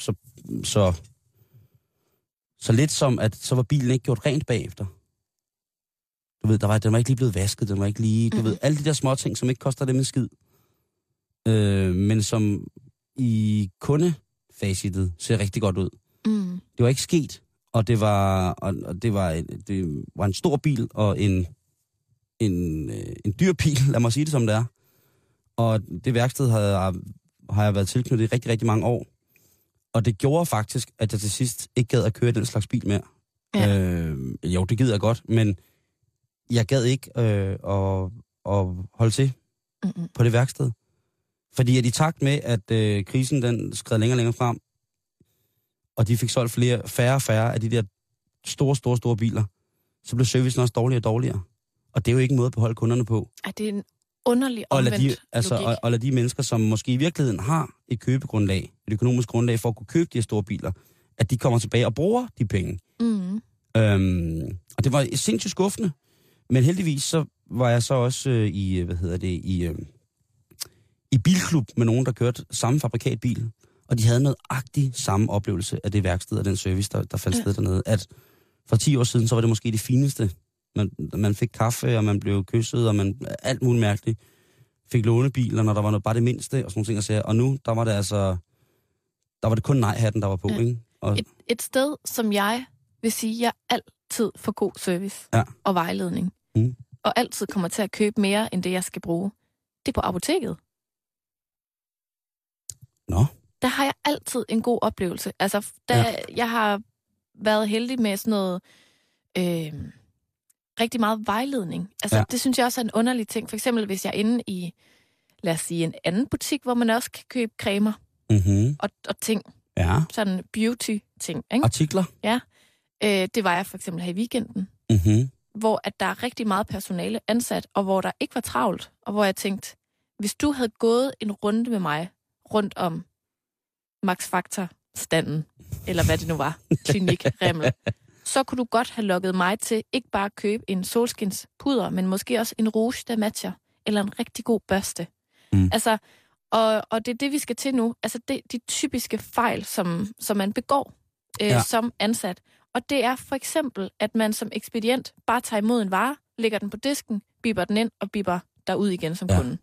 S5: så lidt som, at så var bilen ikke gjort rent bagefter. Du ved, den var ikke lige blevet vasket, den var ikke lige, du ved, alle de der små ting, som ikke koster dem en skid. Men som i kundefacitet ser rigtig godt ud. Det var ikke sket, og det var en stor bil og en dyr bil, lad mig sige det som det er. Og det værksted har jeg været tilknyttet i rigtig, rigtig mange år. Og det gjorde faktisk, at jeg til sidst ikke gad at køre den slags bil mere. Ja. Jo, det gider jeg godt, men jeg gad ikke at holde til på det værksted. Fordi at i takt med, at krisen den skred længere og længere frem, og de fik solgt færre og færre af de der store biler, så blev servicen også dårligere og dårligere. Og det er jo ikke en måde at beholde kunderne på.
S4: Det er en underlig omvendt logik.
S5: Og lad de mennesker, som måske i virkeligheden har et købegrundlag, et økonomisk grundlag for at kunne købe de her store biler, at de kommer tilbage og bruger de penge. Og det var sindssygt skuffende. Men heldigvis så var jeg så også i bilklub med nogen, der kørte samme fabrikatbil. Og de havde nøjagtigt samme oplevelse af det værksted og den service, der fandt sted dernede. At for 10 år siden, så var det måske det fineste. Man fik kaffe, og man blev kysset, og man alt muligt mærkeligt. Fik lånebiler, når der var noget, bare det mindste, og sådan nogle ting at sige. Og nu, der var det kun nej-hatten, der var på, ikke? Og
S4: et sted, som jeg vil sige, jeg altid får god service og vejledning. Og altid kommer til at købe mere, end det, jeg skal bruge. Det er på apoteket.
S5: Nå.
S4: Der har jeg altid en god oplevelse. Altså, jeg har været heldig med sådan noget rigtig meget vejledning. Altså, det synes jeg også er en underlig ting. For eksempel, hvis jeg er inde i, lad os sige, en anden butik, hvor man også kan købe cremer og ting. Ja. Sådan beauty-ting, ikke?
S5: Artikler?
S4: Ja. Det var jeg for eksempel her i weekenden. Hvor at der er rigtig meget personale ansat, og hvor der ikke var travlt. Og hvor jeg tænkte, hvis du havde gået en runde med mig rundt om Max Factor-standen, eller hvad det nu var, Klinik Remmel, så kunne du godt have lukket mig til ikke bare at købe en solskinspuder, men måske også en rouge, der matcher, eller en rigtig god børste. Altså, og det er det, vi skal til nu. Altså, det er de typiske fejl, som man begår som ansat. Og det er for eksempel, at man som ekspedient bare tager imod en vare, lægger den på disken, bipper den ind og bipper derud igen som kunde.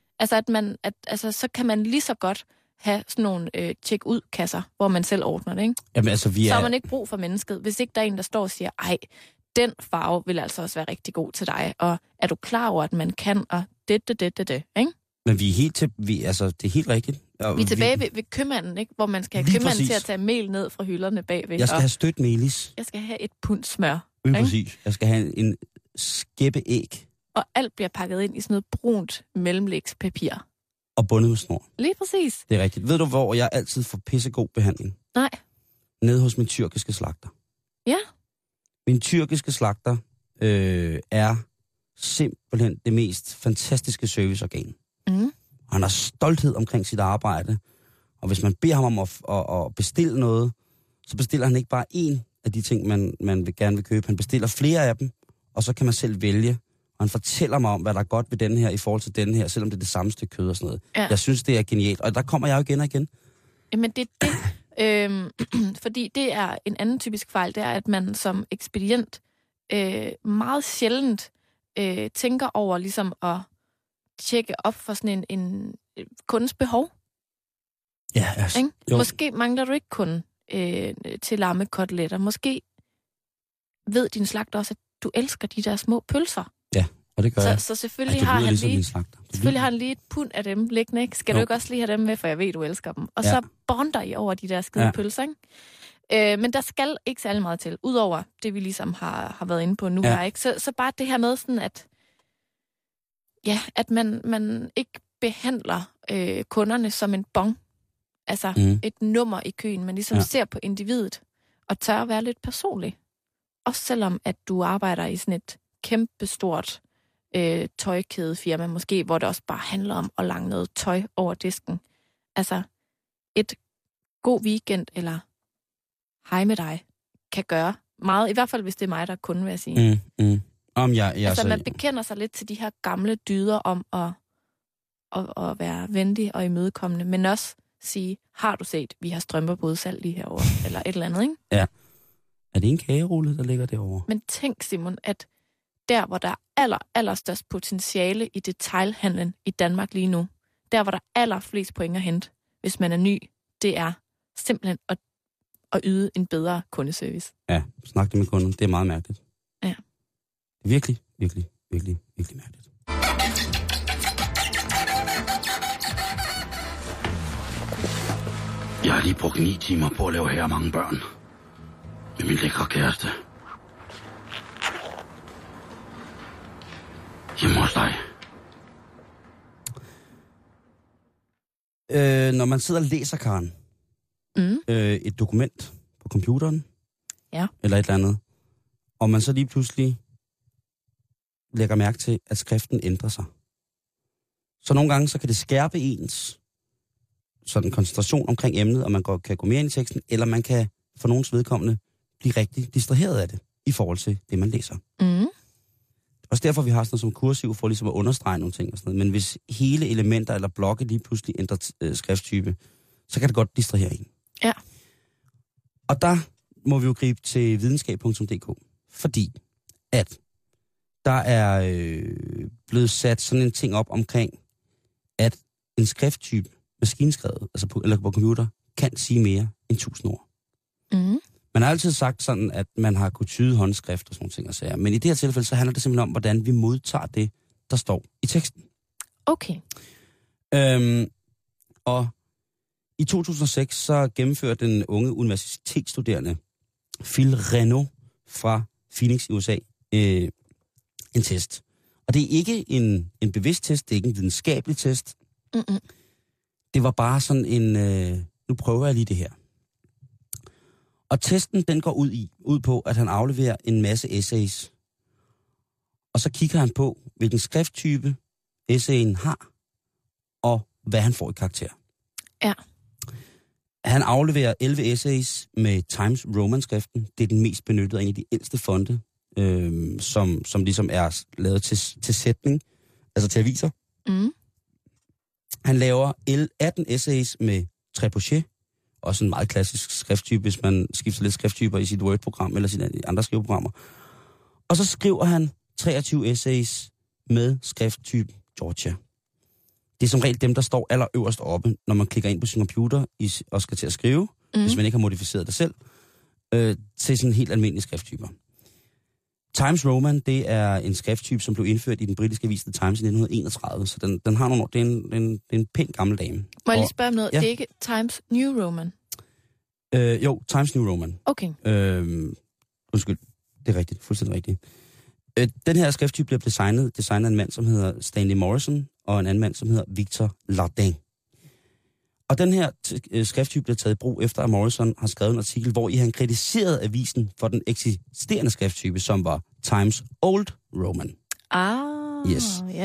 S4: Altså, så kan man lige så godt have sådan nogle check-ud-kasser, hvor man selv ordner det, ikke?
S5: Jamen, altså,
S4: så har man ikke brug for mennesket, hvis ikke der er en, der står og siger, ej, den farve vil altså også være rigtig god til dig, og er du klar over, at man kan, og det, ikke?
S5: Men vi er helt til, altså, det er helt rigtigt. Og
S4: vi er tilbage ved købmanden, ikke? Hvor man skal have købmanden til at tage mel ned fra hylderne bagved.
S5: Jeg skal have stødt melis.
S4: Jeg skal have et pund smør.
S5: Præcis. Jeg skal have en skæppe æg.
S4: Og alt bliver pakket ind i sådan noget brunt mellemlægspapir.
S5: Og bundet med snor.
S4: Lige præcis.
S5: Det er rigtigt. Ved du, hvor jeg altid får pissegod behandling?
S4: Nej.
S5: Nede hos min tyrkiske slagter.
S4: Ja.
S5: Min tyrkiske slagter er simpelthen det mest fantastiske serviceorgan. Og han har stolthed omkring sit arbejde. Og hvis man beder ham om at bestille noget, så bestiller han ikke bare én af de ting, man gerne vil købe. Han bestiller flere af dem, og så kan man selv vælge. Og han fortæller mig om, hvad der er godt ved den her i forhold til den her, selvom det er det samme stykke kød og sådan noget. Ja. Jeg synes, det er genialt. Og der kommer jeg jo igen og igen.
S4: Jamen, det er det. Fordi det er en anden typisk fejl, det er, at man som ekspedient meget sjældent tænker over ligesom at tjekke op for sådan en kundens behov.
S5: Ja, altså.
S4: Måske mangler du ikke kun til lammekoteletter. Måske ved din slagter også, at du elsker de der små pølser.
S5: Ja, og det gør jeg.
S4: Så selvfølgelig har han lige et pund af dem liggende, ikke? Skal du ikke også lige have dem med, for jeg ved, du elsker dem. Og så bonder I over de der skide pølser, ikke? Men der skal ikke særlig meget til, udover det, vi ligesom har været inde på nu her, ikke? Så bare det her med sådan, at man ikke behandler kunderne som en bon. Altså et nummer i køen, man ligesom ser på individet og tør at være lidt personlig. Også selvom, at du arbejder i sådan et kæmpestort tøjkædefirma, måske, hvor det også bare handler om at lange noget tøj over disken. Altså, et god weekend eller hej med dig kan gøre meget, i hvert fald hvis det er mig, der er kunde, vil jeg sige. Man bekender sig lidt til de her gamle dyder om at være venlig og imødekommende, men også sige, har du set, vi har strømper på udsalg lige herovre, eller et eller andet, ikke?
S5: Ja. Er det en kagerulle, der ligger derovre?
S4: Men tænk, Simon, at der, hvor der er allerstørst potentiale i detailhandlen i Danmark lige nu, der, hvor der er allerflest point at hente, hvis man er ny, det er simpelthen at yde en bedre kundeservice.
S5: Ja, snak det med kunden. Det er meget mærkeligt.
S4: Ja.
S5: Virkelig, virkelig, virkelig, virkelig mærkeligt.
S6: Jeg har lige brugt 9 timer på at lave her mange børn. Med min lækre kæreste. Hjemme hos dig.
S5: Når man sidder og læser, Karen, et dokument på computeren, eller et eller andet, og man så lige pludselig lægger mærke til, at skriften ændrer sig. Så nogle gange, så kan det skærpe ens sådan koncentration omkring emnet, og man kan gå mere ind i teksten, eller man kan for nogens vedkommende blive rigtig distraheret af det, i forhold til det, man læser. Også derfor, vi har sådan noget som kursiv, for ligesom at understrege nogle ting og sådan noget. Men hvis hele elementer eller blokke lige pludselig ændrer skrifttype, så kan det godt distrahere en.
S4: Ja.
S5: Og der må vi jo gribe til videnskab.dk, fordi at der er blevet sat sådan en ting op omkring, at en skrifttype, maskinskrevet, altså på computer, kan sige mere end 1000 ord.
S4: Mm.
S5: Man har altid sagt sådan, at man har kunnet tyde håndskrift og sådan nogle ting og sager. Men i det her tilfælde, så handler det simpelthen om, hvordan vi modtager det, der står i teksten.
S4: Okay.
S5: Og i 2006, så gennemførte den unge universitetsstuderende Phil Renaud fra Phoenix i USA en test. Og det er ikke en bevidst test, det er ikke en videnskabelig test.
S4: Mm-mm.
S5: Det var bare sådan en, nu prøver jeg lige det her. Og testen, den går ud på, at han afleverer en masse essays. Og så kigger han på, hvilken skrifttype essayen har, og hvad han får i karakter.
S4: Ja.
S5: Han afleverer 11 essays med Times Roman-skriften. Det er den mest benyttede, en af de ældste fonte, som ligesom er lavet til sætning, altså til aviser.
S4: Mm.
S5: Han laver 18 essays med Trebuchet, også en meget klassisk skrifttype, hvis man skifter lidt skrifttyper i sit Word-program eller sine andre skriveprogrammer. Og så skriver han 23 essays med skrifttype Georgia. Det er som regel dem, der står allerøverst oppe, når man klikker ind på sin computer og skal til at skrive, hvis man ikke har modificeret det selv, til sådan helt almindelige skrifttyper. Times Roman, det er en skrifttype, som blev indført i den britiske avis The Times i 1931, så den har nogle år. Det er en pæn gammel dame.
S4: Må jeg lige spørge om noget? Ja. Det er ikke Times New Roman?
S5: Jo, Times New Roman.
S4: Okay.
S5: Undskyld, det er rigtigt, fuldstændig rigtigt. Den her skrifttype bliver designet af en mand, som hedder Stanley Morrison, og en anden mand, som hedder Victor Lardin. Og den her skrifttype bliver taget i brug efter, at Morrison har skrevet en artikel, hvor han kritiserede avisen for den eksisterende skrifttype, som var Times Old Roman. Yes.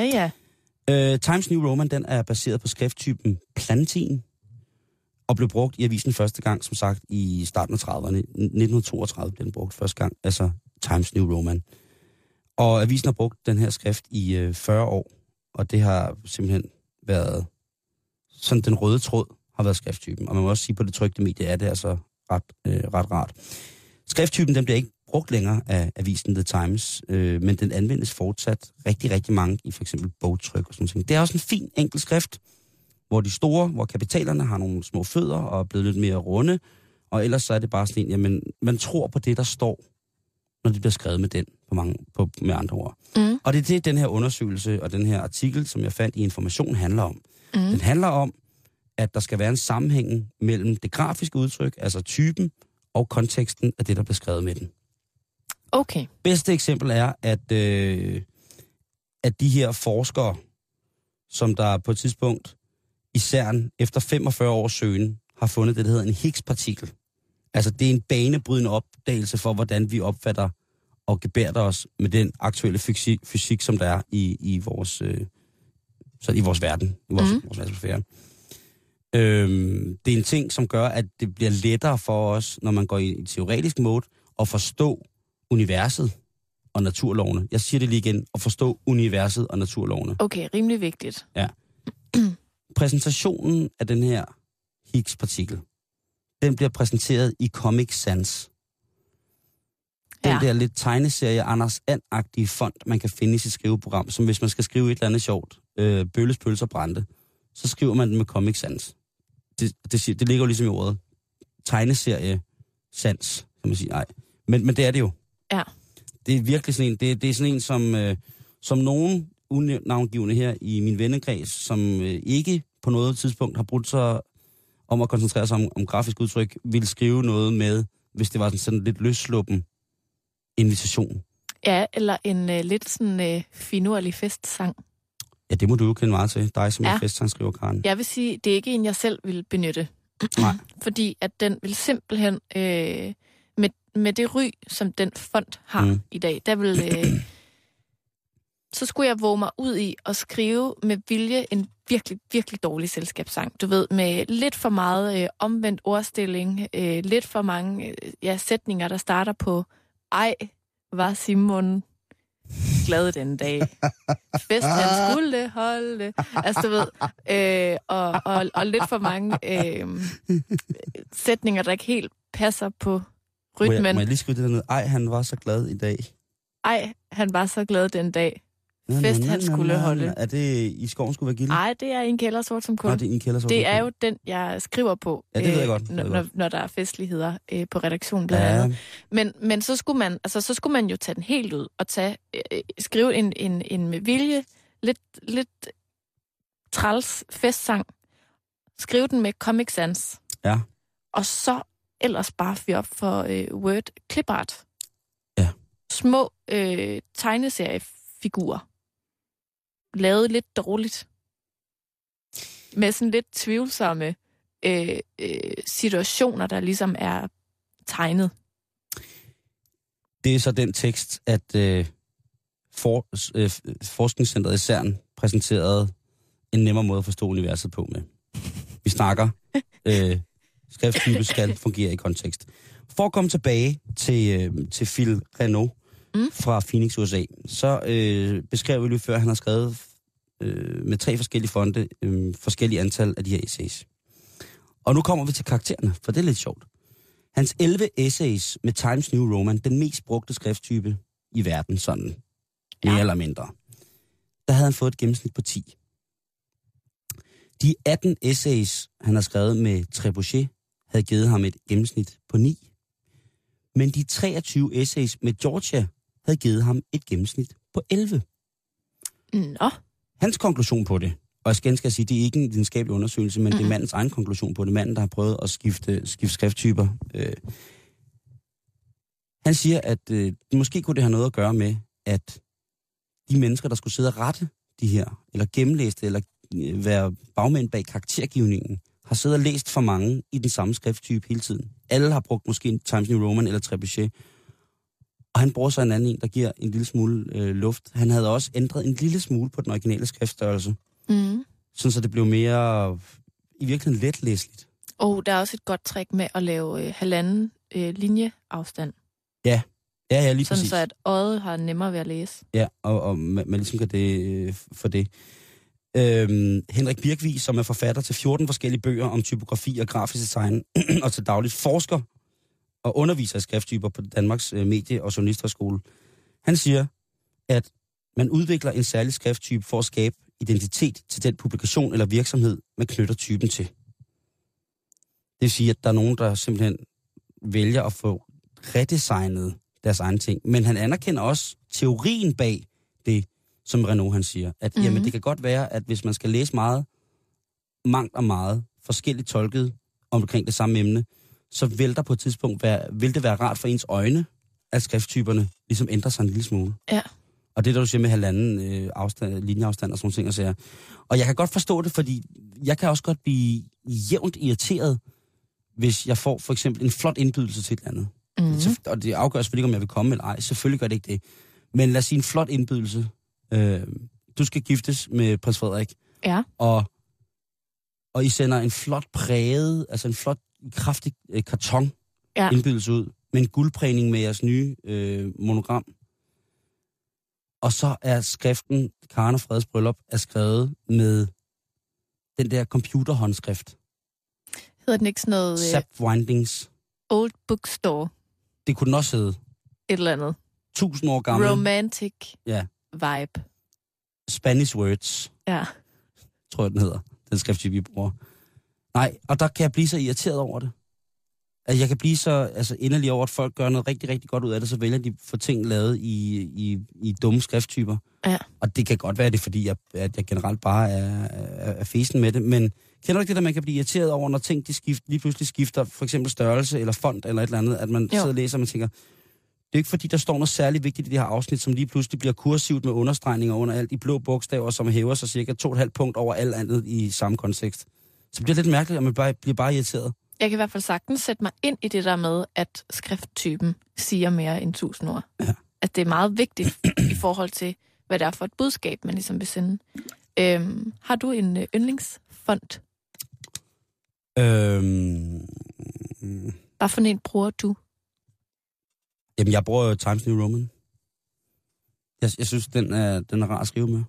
S4: Ja.
S5: Times New Roman, den er baseret på skrifttypen Plantin, og blev brugt i avisen første gang, som sagt, i starten af 30'erne. 1932 blev den brugt første gang, altså Times New Roman. Og avisen har brugt den her skrift i 40 år, og det har simpelthen været sådan den røde tråd har været skrifttypen. Og man må også sige, på det trykte medie er det altså ret rart. Skrifttypen, den bliver ikke brugt længere af avisen The Times, men den anvendes fortsat rigtig, rigtig mange i for eksempel bogtryk og sådan noget. Det er også en fin enkel skrift, hvor kapitalerne har nogle små fødder og er blevet lidt mere runde, og ellers så er det bare sådan en, jamen, man tror på det, der står, når det bliver skrevet med den, med andre ord. Mm. Og det er det, den her undersøgelse og den her artikel, som jeg fandt i Information, handler om. Mm. Den handler om, at der skal være en sammenhæng mellem det grafiske udtryk, altså typen, og konteksten af det, der bliver skrevet med den.
S4: Okay.
S5: Bedste eksempel er, at de her forskere, som der på et tidspunkt i CERN efter 45 års søgen har fundet det, der hedder en Higgs-partikel. Altså det er en banebrydende opdagelse for, hvordan vi opfatter og gebærder os med den aktuelle fysik, som der er i vores verden, i vores atmosfære. Det er en ting, som gør, at det bliver lettere for os, når man går i teoretisk mode, at forstå universet og naturlovene. Jeg siger det lige igen, at forstå universet og naturlovene.
S4: Okay, rimelig vigtigt.
S5: Ja. Præsentationen af den her Higgs-partikel, den bliver præsenteret i Comic Sans. Den der lidt tegneserie Anders And-agtige font, man kan finde i sit skriveprogram, som hvis man skal skrive et eller andet sjovt, Bølles, Pølser, Brande, så skriver man den med Comic Sans. Det ligger jo ligesom i ordet. Tegneserie sans, kan man sige. Nej. Men det er det jo. Ja. Det er virkelig sådan en, det er sådan en, som nogen unavngivende her i min vennekreds, som ikke på noget tidspunkt har brugt sig om at koncentrere sig om grafisk udtryk, ville skrive noget med, hvis det var sådan lidt løssluppen invitation. Ja, eller en lidt sådan finurlig festsang. Ja, det må du jo kende meget til, dig som er festsangskriver, Karen. Jeg vil sige, det er ikke en, jeg selv vil benytte. Nej. Fordi at den vil simpelthen, med det ry, som den font har i dag, der vil... så skulle jeg våge mig ud i at skrive med vilje en virkelig, virkelig dårlig selskabssang. Du ved, med lidt for meget omvendt ordstilling, lidt for mange sætninger, der starter på ej, var Simon
S4: glad den dag. Fest, han skulle holde. Altså, du ved, og lidt for mange sætninger, der ikke helt passer på rytmen.
S5: Må jeg lige skrive det dernede? Ej, han var så glad i dag.
S4: Ej, han var så glad den dag. Fest, han skulle holde.
S5: Er det i skoven skulle være gilde?
S4: Nej, det er en kælder sort som kul.
S5: Nå, det er en kælder sort
S4: det er jo den, jeg skriver på,
S5: ja, det ved jeg godt.
S4: Når der er festligheder på redaktionen blandt andet. Men så skulle man jo tage den helt ud og skrive en med vilje, lidt træls festsang. Skrive den med Comic Sans.
S5: Ja.
S4: Og så ellers bare fyre op for Word clipart.
S5: Ja.
S4: Små tegneseriefigurer. Lavet lidt dårligt. Med sådan lidt tvivlsomme situationer, der ligesom er tegnet.
S5: Det er så den tekst, at Forskningscentret i CERN præsenterede en nemmere måde at forstå universet på med. Vi snakker, skrifttype skal fungere i kontekst. For at komme tilbage til Phil Renaud fra Phoenix, USA, så beskrev vi lige før, at han har skrevet med 3 forskellige fonde forskellige antal af de her essays. Og nu kommer vi til karaktererne, for det er lidt sjovt. Hans 11 essays med Times New Roman, den mest brugte skrifttype i verden, sådan mere eller mindre, der havde han fået et gennemsnit på 10. De 18 essays, han har skrevet med Trebuchet, havde givet ham et gennemsnit på 9. Men de 23 essays med Georgia havde givet ham et gennemsnit på 11.
S4: Nå.
S5: Hans konklusion på det, og jeg skal sige, det er ikke en videnskabelig undersøgelse, men det er mandens egen konklusion på det. Manden, der har prøvet at skifte skrifttyper. Han siger, at måske kunne det have noget at gøre med, at de mennesker, der skulle sidde og rette de her, eller gennemlæse det, eller være bagmænd bag karaktergivningen, har siddet og læst for mange i den samme skrifttype hele tiden. Alle har brugt måske en Times New Roman eller Trebuchet. Og han bruger så en anden en, der giver en lille smule luft. Han havde også ændret en lille smule på den originale skriftstørrelse. Sådan så det blev mere, i virkeligheden letlæseligt.
S4: Der er også et godt trick med at lave halvanden linjeafstand.
S5: Ja, lige præcis.
S4: Sådan så at øjet har nemmere ved at læse.
S5: Ja, og man ligesom kan det for det. Henrik Birkvig, som er forfatter til 14 forskellige bøger om typografi og grafisk design, og til dagligt forsker og underviser i skrifttyper på Danmarks Medie- og Journalisterskole. Han siger, at man udvikler en særlig skrifttype for at skabe identitet til den publikation eller virksomhed, man knytter typen til. Det vil sige, at der er nogen, der simpelthen vælger at få redesignet deres egne ting. Men han anerkender også teorien bag det, som Renaud han siger. At jamen, det kan godt være, at hvis man skal læse meget, mangt og meget forskelligt tolket omkring det samme emne, så vil der på et tidspunkt vil det være rart for ens øjne, at skrifttyperne ligesom ændrer sig en lille smule.
S4: Ja.
S5: Og det der du siger med halvanden linjeafstand og sådan nogle ting og sager. Og jeg kan godt forstå det, fordi jeg kan også godt blive jævnt irriteret, hvis jeg får for eksempel en flot indbydelse til et eller andet. Og det afgør selvfølgelig ikke, om jeg vil komme eller ej. Selvfølgelig gør det ikke det. Men lad os sige en flot indbydelse. Du skal giftes med prins Frederik.
S4: Ja.
S5: Og I sender en flot præget, altså en flot, kraftig karton indbydelse ud, med en guldprægning med jeres nye monogram. Og så er skriften, Karen og Freds bryllup, er skrevet med den der computerhåndskrift.
S4: Hedder den ikke sådan noget...
S5: Zap Windings.
S4: Old Bookstore.
S5: Det kunne den også hedde.
S4: Et eller andet.
S5: 1000 år gammel.
S4: Romantic vibe.
S5: Spanish Words.
S4: Ja.
S5: Tror jeg, den hedder. Den skrifttype, vi bruger. Nej, og der kan jeg blive så irriteret over det. Altså, jeg kan blive så inderlig over, at folk gør noget rigtig, rigtig godt ud af det, så vælger de for ting lavet i dumme skrifttyper.
S4: Ja.
S5: Og det kan godt være, det er fordi, at jeg generelt bare er fesen med det. Men kender du ikke det, der man kan blive irriteret over, når ting lige pludselig skifter, for eksempel størrelse eller font eller et eller andet, at man sidder og læser, og man tænker, det er ikke fordi, der står noget særligt vigtigt i det her afsnit, som lige pludselig bliver kursivt med understregninger under alt i blå bogstaver, som hæver sig cirka 2,5 punkt over alt andet i samme kontekst. Så det bliver lidt mærkeligt, at man bliver bare irriteret. Jeg
S4: kan i hvert fald sagtens sætte mig ind i det der med, at skrifttypen siger mere end 1000 ord.
S5: Ja.
S4: At det er meget vigtigt i forhold til, hvad det er for et budskab, man ligesom vil sende. Har du en yndlingsfont? Hvad for en bruger du?
S5: Jamen, jeg bruger Times New Roman. Jeg synes, den er rar at skrive med.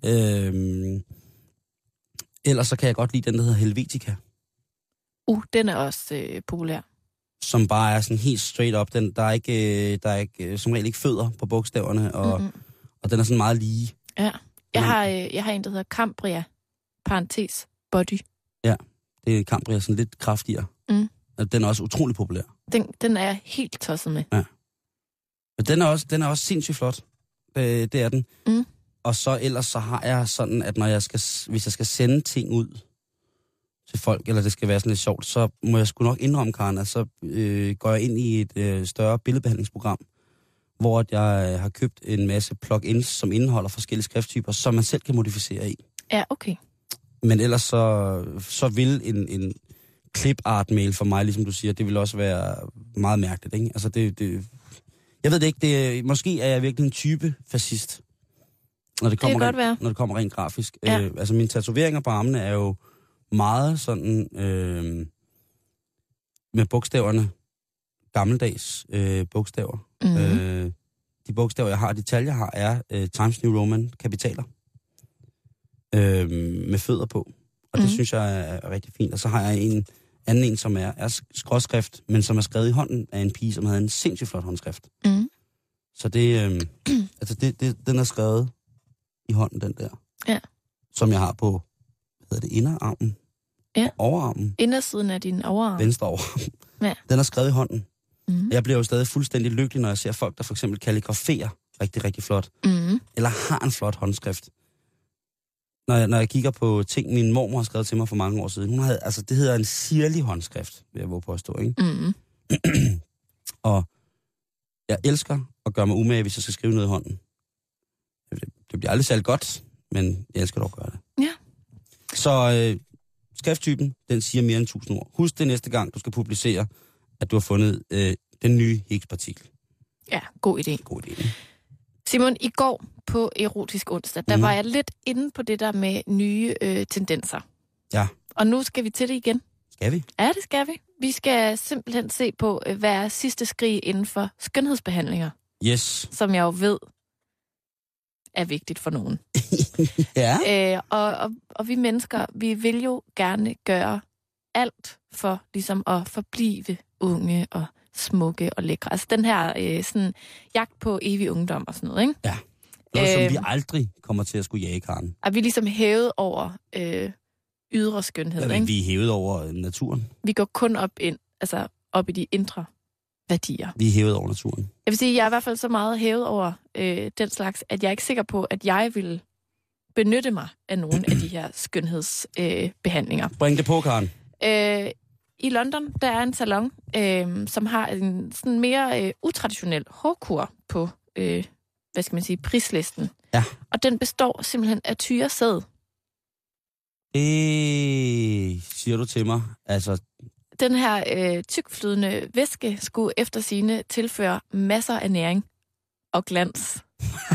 S5: Ellers så kan jeg godt lide den, der hedder Helvetica.
S4: Den er også populær.
S5: Som bare er sådan helt straight up. Der er ikke som regel ikke fødder på bogstaverne, og den er sådan meget lige.
S4: Ja. Jeg har en, der hedder Cambria, parentes, body.
S5: Ja, det er Cambria, sådan lidt kraftigere. Og den er også utrolig populær.
S4: Den er jeg helt tosset med.
S5: Ja. Men den er også sindssygt flot. Det er den. Og så ellers så har jeg sådan, at hvis jeg skal sende ting ud til folk, eller det skal være sådan lidt sjovt, så må jeg sgu nok indrømme, Karen, at så går jeg ind i et større billedbehandlingsprogram, hvor jeg har købt en masse plugins, som indeholder forskellige skrifttyper, som man selv kan modificere i.
S4: Ja, okay. Men
S5: ellers så vil en clip-art-mail for mig, ligesom du siger, det vil også være meget mærkeligt, ikke? Altså jeg ved det ikke, måske er jeg virkelig en type fascist, når det kommer rent grafisk.
S4: Ja.
S5: Altså mine tatoveringer på armene er jo meget sådan med bogstaverne, gammeldags bogstaver. De bogstaver, jeg har, de tal, jeg har, er Times New Roman kapitaler med fødder på. Og det synes jeg er rigtig fint. Og så har jeg en anden, som er skråskrift, men som er skrevet i hånden af en pige, som havde en sindssygt flot håndskrift. Så den er skrevet i hånden, den der. Ja. Som jeg har på, inderarmen?
S4: Ja.
S5: Overarmen?
S4: Indersiden af din overarm.
S5: Venstre overarm.
S4: Ja.
S5: Den er skrevet i hånden. Jeg bliver jo stadig fuldstændig lykkelig, når jeg ser folk, der for eksempel kalligraferer rigtig, rigtig flot. Eller har en flot håndskrift. Når jeg kigger på ting, min mormor har skrevet til mig for mange år siden. Hun havde, altså det hedder en sirlig håndskrift, vil jeg våge påstå, ikke? Og jeg elsker at gøre mig umage, hvis jeg skal skrive noget i hånden. Det bliver aldrig særlig godt, men jeg elsker dog at gøre det.
S4: Ja.
S5: Så skrifttypen, den siger mere end 1000 ord. Husk det næste gang, du skal publicere, at du har fundet den nye Higgs-partikel.
S4: Ja, god idé.
S5: God idé.
S4: Simon, i går på Erotisk Onsdag, der var jeg lidt inde på det der med nye tendenser.
S5: Ja.
S4: Og nu skal vi til det igen.
S5: Skal vi?
S4: Ja, det skal vi. Vi skal simpelthen se på, hvad er sidste skrig inden for skønhedsbehandlinger.
S5: Yes.
S4: Som jeg jo ved er vigtigt for nogen.
S5: Ja.
S4: Og vi mennesker, vi vil jo gerne gøre alt for ligesom at forblive unge og smukke og lækre. Altså den her sådan jagt på evig ungdom og sådan noget, ikke?
S5: Ja. Noget, som vi aldrig kommer til at skulle jage, Karen.
S4: Og vi er ligesom hævet over ydre skønhed, ikke?
S5: Vi er hævet over naturen.
S4: Vi går kun op i de indre værdier.
S5: Vi er hævet over naturen.
S4: Jeg vil sige, at jeg er i hvert fald så meget hævet over den slags, at jeg er ikke sikker på, at jeg vil benytte mig af nogle af de her skønhedsbehandlinger.
S5: Bring det på, Karen.
S4: I London, der er en salon, som har en sådan mere utraditionel hårkur på, prislisten. Ja. Og den består simpelthen af tyresæd.
S5: Det siger du til mig. Altså...
S4: Den her tykflydende væske skulle efter sigende tilføre masser af næring og glans.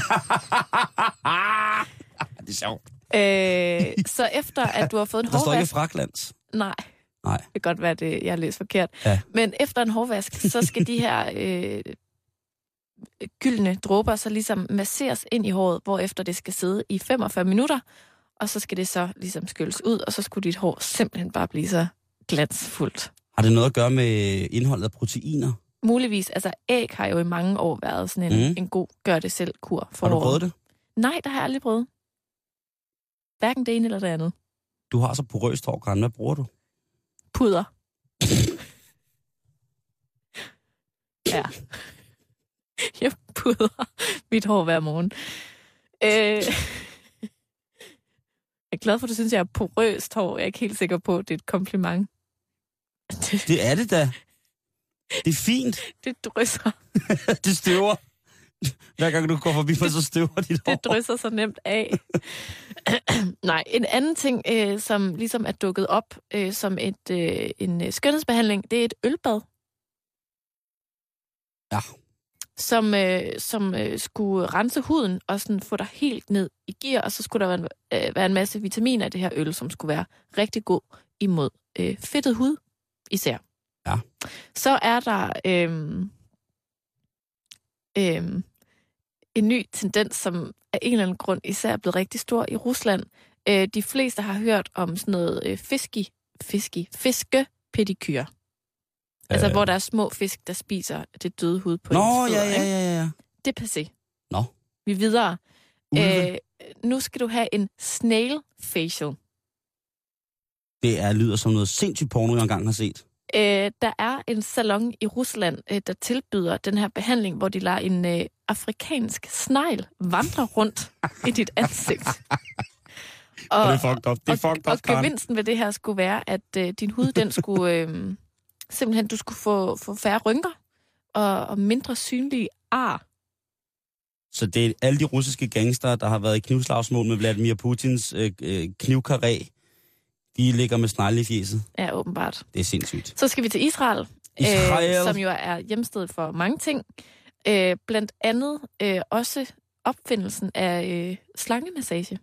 S5: Det er sjovt.
S4: Så efter at du har fået en
S5: hårvask... Der står ikke
S4: fraglans. Nej.
S5: Nej.
S4: Det kan godt være, det jeg har læst forkert.
S5: Ja.
S4: Men efter en hårvask, så skal de her gyldne dråber så ligesom masseres ind i håret, hvorefter det skal sidde i 45 minutter, og så skal det så ligesom skylles ud, og så skulle dit hår simpelthen bare blive så glansfuldt.
S5: Har det noget at gøre med indholdet af proteiner?
S4: Muligvis. Altså æg har jo i mange år været sådan en god gør-det-selv-kur for
S5: Har du prøvet det?
S4: Nej, der har jeg aldrig prøvet. Hverken det ene eller det andet.
S5: Du har så porøst hår, Karen. Hvad bruger du?
S4: Puder. Ja. Jeg puder mit hår hver morgen. Jeg er glad for, at du synes, jeg har porøst hår. Jeg er ikke helt sikker på, at det er et kompliment.
S5: Det er det da. Det er fint.
S4: Det drysser.
S5: Det støver. Hver gang du går forbi mig, så støver dit hår.
S4: Det drysser så nemt af. Nej, en anden ting, som ligesom er dukket op som en skønhedsbehandling, det er et ølbad.
S5: Ja.
S4: Som skulle rense huden og sådan få dig helt ned i gear, og så skulle der være en masse vitaminer i det her øl, som skulle være rigtig god imod fedtet hud især.
S5: Ja.
S4: en ny tendens, som af en eller anden grund især er blevet rigtig stor i Rusland. De fleste har hørt om sådan noget fiskepedikyr. Altså, hvor der er små fisk, der spiser det døde hud på ens fødder.
S5: Ja.
S4: Det er passé.
S5: Nå.
S4: Vi er videre. Nu skal du have en snail facial.
S5: Det lyder som noget sindssygt porno, jeg engang har set.
S4: Der er en salon i Rusland, der tilbyder den her behandling, hvor de lader en afrikansk snegl vandre rundt i dit ansigt. Og
S5: det er fucked up.
S4: Og gevinsten ved det her skulle være, at din hud, den skulle simpelthen, du skulle få færre rynker og mindre synlige ar.
S5: Så det er alle de russiske gangster, der har været i knivslagsmål med Vladimir Putins knivkarré. De ligger med snegle i fjeset.
S4: Ja, åbenbart.
S5: Det er sindssygt.
S4: Så skal vi til Israel. Som jo er hjemsted for mange ting. Blandt andet også opfindelsen af slangemassage.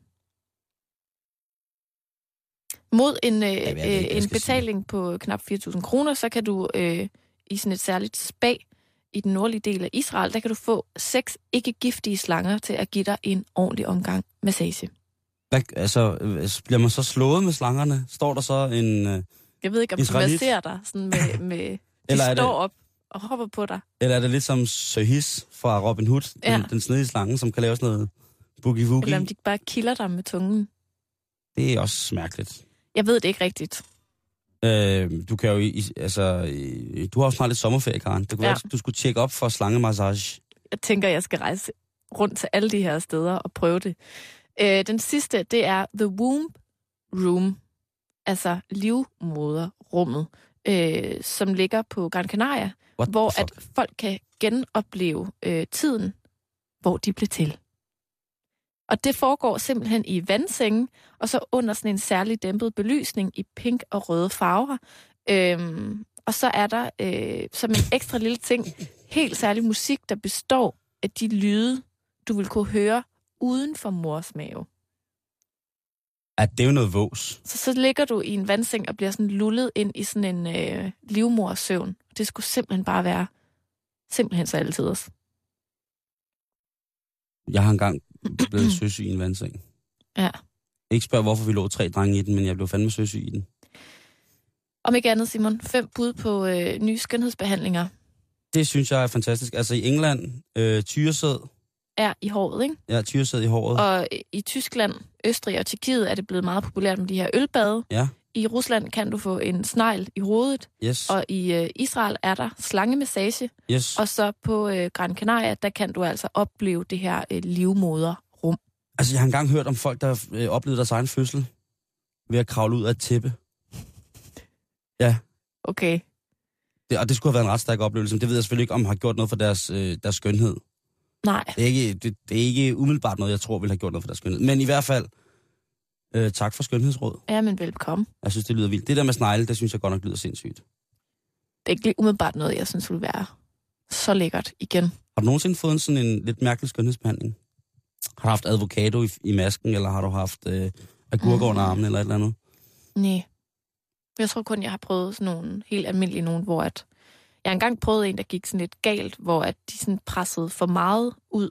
S4: Mod en betaling på knap 4.000 kroner, så kan du i sådan et særligt spa i den nordlige del af Israel, der kan du få 6 ikke-giftige slanger til at give dig en ordentlig omgang massage.
S5: Bliver man så slået med slangerne? Står der så en
S4: jeg ved ikke, om
S5: israelit?
S4: Du masserer dig sådan med de står op og hopper på dig.
S5: Eller er det lidt som Søhis fra Robin Hood, den snedige slange, som kan lave sådan noget boogie-woogie?
S4: Eller om de bare kilder dig med tungen.
S5: Det er også mærkeligt.
S4: Jeg ved det ikke rigtigt.
S5: Du kan jo, du har jo snart lidt sommerferie, Karen. Det kunne være, du skulle tjekke op for slangemassage.
S4: Jeg tænker, jeg skal rejse rundt til alle de her steder og prøve det. Den sidste, det er The Womb Room, altså livmoderrummet, som ligger på Gran Canaria, hvor at folk kan genopleve tiden, hvor de blev til. Og det foregår simpelthen i vandsengen, og så under sådan en særlig dæmpet belysning i pink og røde farver. Og så er der som en ekstra lille ting, helt særlig musik, der består af de lyde, du vil kunne høre uden for mors mave.
S5: Ja, det er jo noget vås.
S4: Så ligger du i en vandseng og bliver sådan lullet ind i sådan en livmodersøvn. Det skulle simpelthen bare være simpelthen så altid også.
S5: Jeg har engang blevet søsyg i en vandseng.
S4: Ja.
S5: Ikke spørg, hvorfor vi lå 3 drenge i den, men jeg blev fandme søsyg i den.
S4: Om ikke andet, Simon, 5 bud på nye skønhedsbehandlinger.
S5: Det synes jeg er fantastisk. Altså i England, tyresæd.
S4: Ja, i håret, ikke?
S5: Ja, tyresæd i håret.
S4: Og i Tyskland, Østrig og Tjekkiet er det blevet meget populært med de her ølbade.
S5: Ja.
S4: I Rusland kan du få en snegl i hovedet.
S5: Yes.
S4: Og i Israel er der slangemassage.
S5: Yes.
S4: Og så på Gran Canaria, der kan du altså opleve det her livmoderrum.
S5: Altså, jeg har engang hørt om folk, der oplevede deres egen fødsel ved at kravle ud af et tæppe. Ja.
S4: Okay.
S5: Og det skulle have været en ret stærk oplevelse, men det ved jeg selvfølgelig ikke, om har gjort noget for deres skønhed.
S4: Nej.
S5: Det er ikke umiddelbart noget, jeg tror, vil have gjort noget for deres skønhed. Men i hvert fald, tak for skønhedsråd.
S4: Ja, men velbekomme.
S5: Jeg synes, det lyder vildt. Det der med snegle, det synes jeg godt nok lyder sindssygt.
S4: Det er ikke umiddelbart noget, jeg synes ville være så lækkert igen.
S5: Har du nogensinde fået sådan en lidt mærkelig skønhedsbehandling? Har du haft avocado i masken, eller har du haft agurker under armen, eller et eller andet?
S4: Nej. Jeg tror kun, jeg har prøvet sådan nogle helt almindelige nogen, hvor at jeg har engang prøvet en, der gik sådan lidt galt, hvor at de sådan pressede for meget ud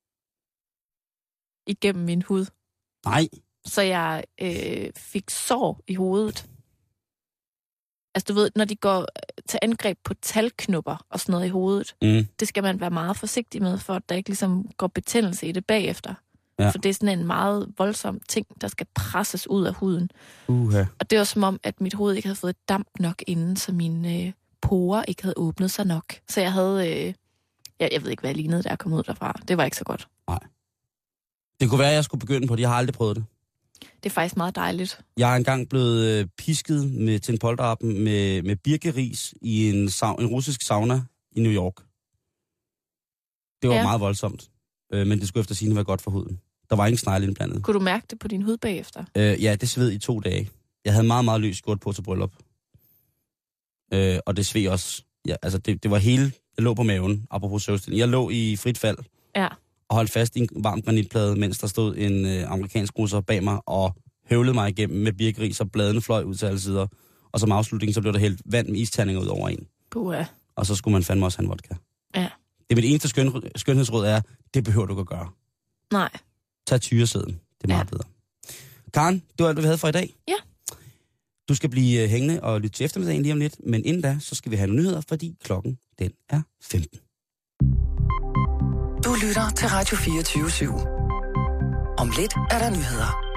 S4: igennem min hud.
S5: Nej.
S4: Så jeg fik sår i hovedet. Altså du ved, når de går til angreb på talknupper og sådan noget i hovedet, det skal man være meget forsigtig med, for at der ikke ligesom går betændelse i det bagefter. Ja. For det er sådan en meget voldsom ting, der skal presses ud af huden. Og det var som om, at mit hoved ikke havde fået damp nok inden, så mine porer ikke havde åbnet sig nok. Så jeg havde, jeg ved ikke, hvad jeg lignede, da jeg kom ud derfra. Det var ikke så godt.
S5: Nej. Det kunne være, at jeg skulle begynde på det. Jeg har aldrig prøvet det.
S4: Det er faktisk meget dejligt. Jeg
S5: er engang blevet pisket til en polterappen med birkeris i en russisk sauna i New York. Det var meget voldsomt. Men det skulle efter sigende være godt for huden. Der var ingen snegle indblandet.
S4: Kunne du mærke det på din hud bagefter?
S5: Ja, det sved i 2 dage. Jeg havde meget, meget løs skjort på til bryllup. Og det sved også. Ja, altså det var hele... Jeg lå på maven, apropos søvstilling. Jeg lå i frit fald.
S4: Ja.
S5: Og holdt fast i en varm granitplade, mens der stod en amerikansk russer bag mig og høvlede mig igennem med birkeris, og bladene fløj ud til alle sider. Og som afslutning, så blev der hældt vand med isterninger ud over en.
S4: Puha.
S5: Og så skulle man fandme også have en vodka.
S4: Ja.
S5: Det mit eneste skønhedsråd er, det behøver du ikke at gøre.
S4: Nej.
S5: Tag tyresæden. Det er meget bedre. Karen, det var alt, hvad vi havde for i dag.
S4: Ja.
S5: Du skal blive hængende og lytte til eftermiddagen lige om lidt, men inden da, så skal vi have nogle nyheder, fordi klokken, den er 15.
S3: Du lytter til Radio 24/7. Om lidt er der nyheder.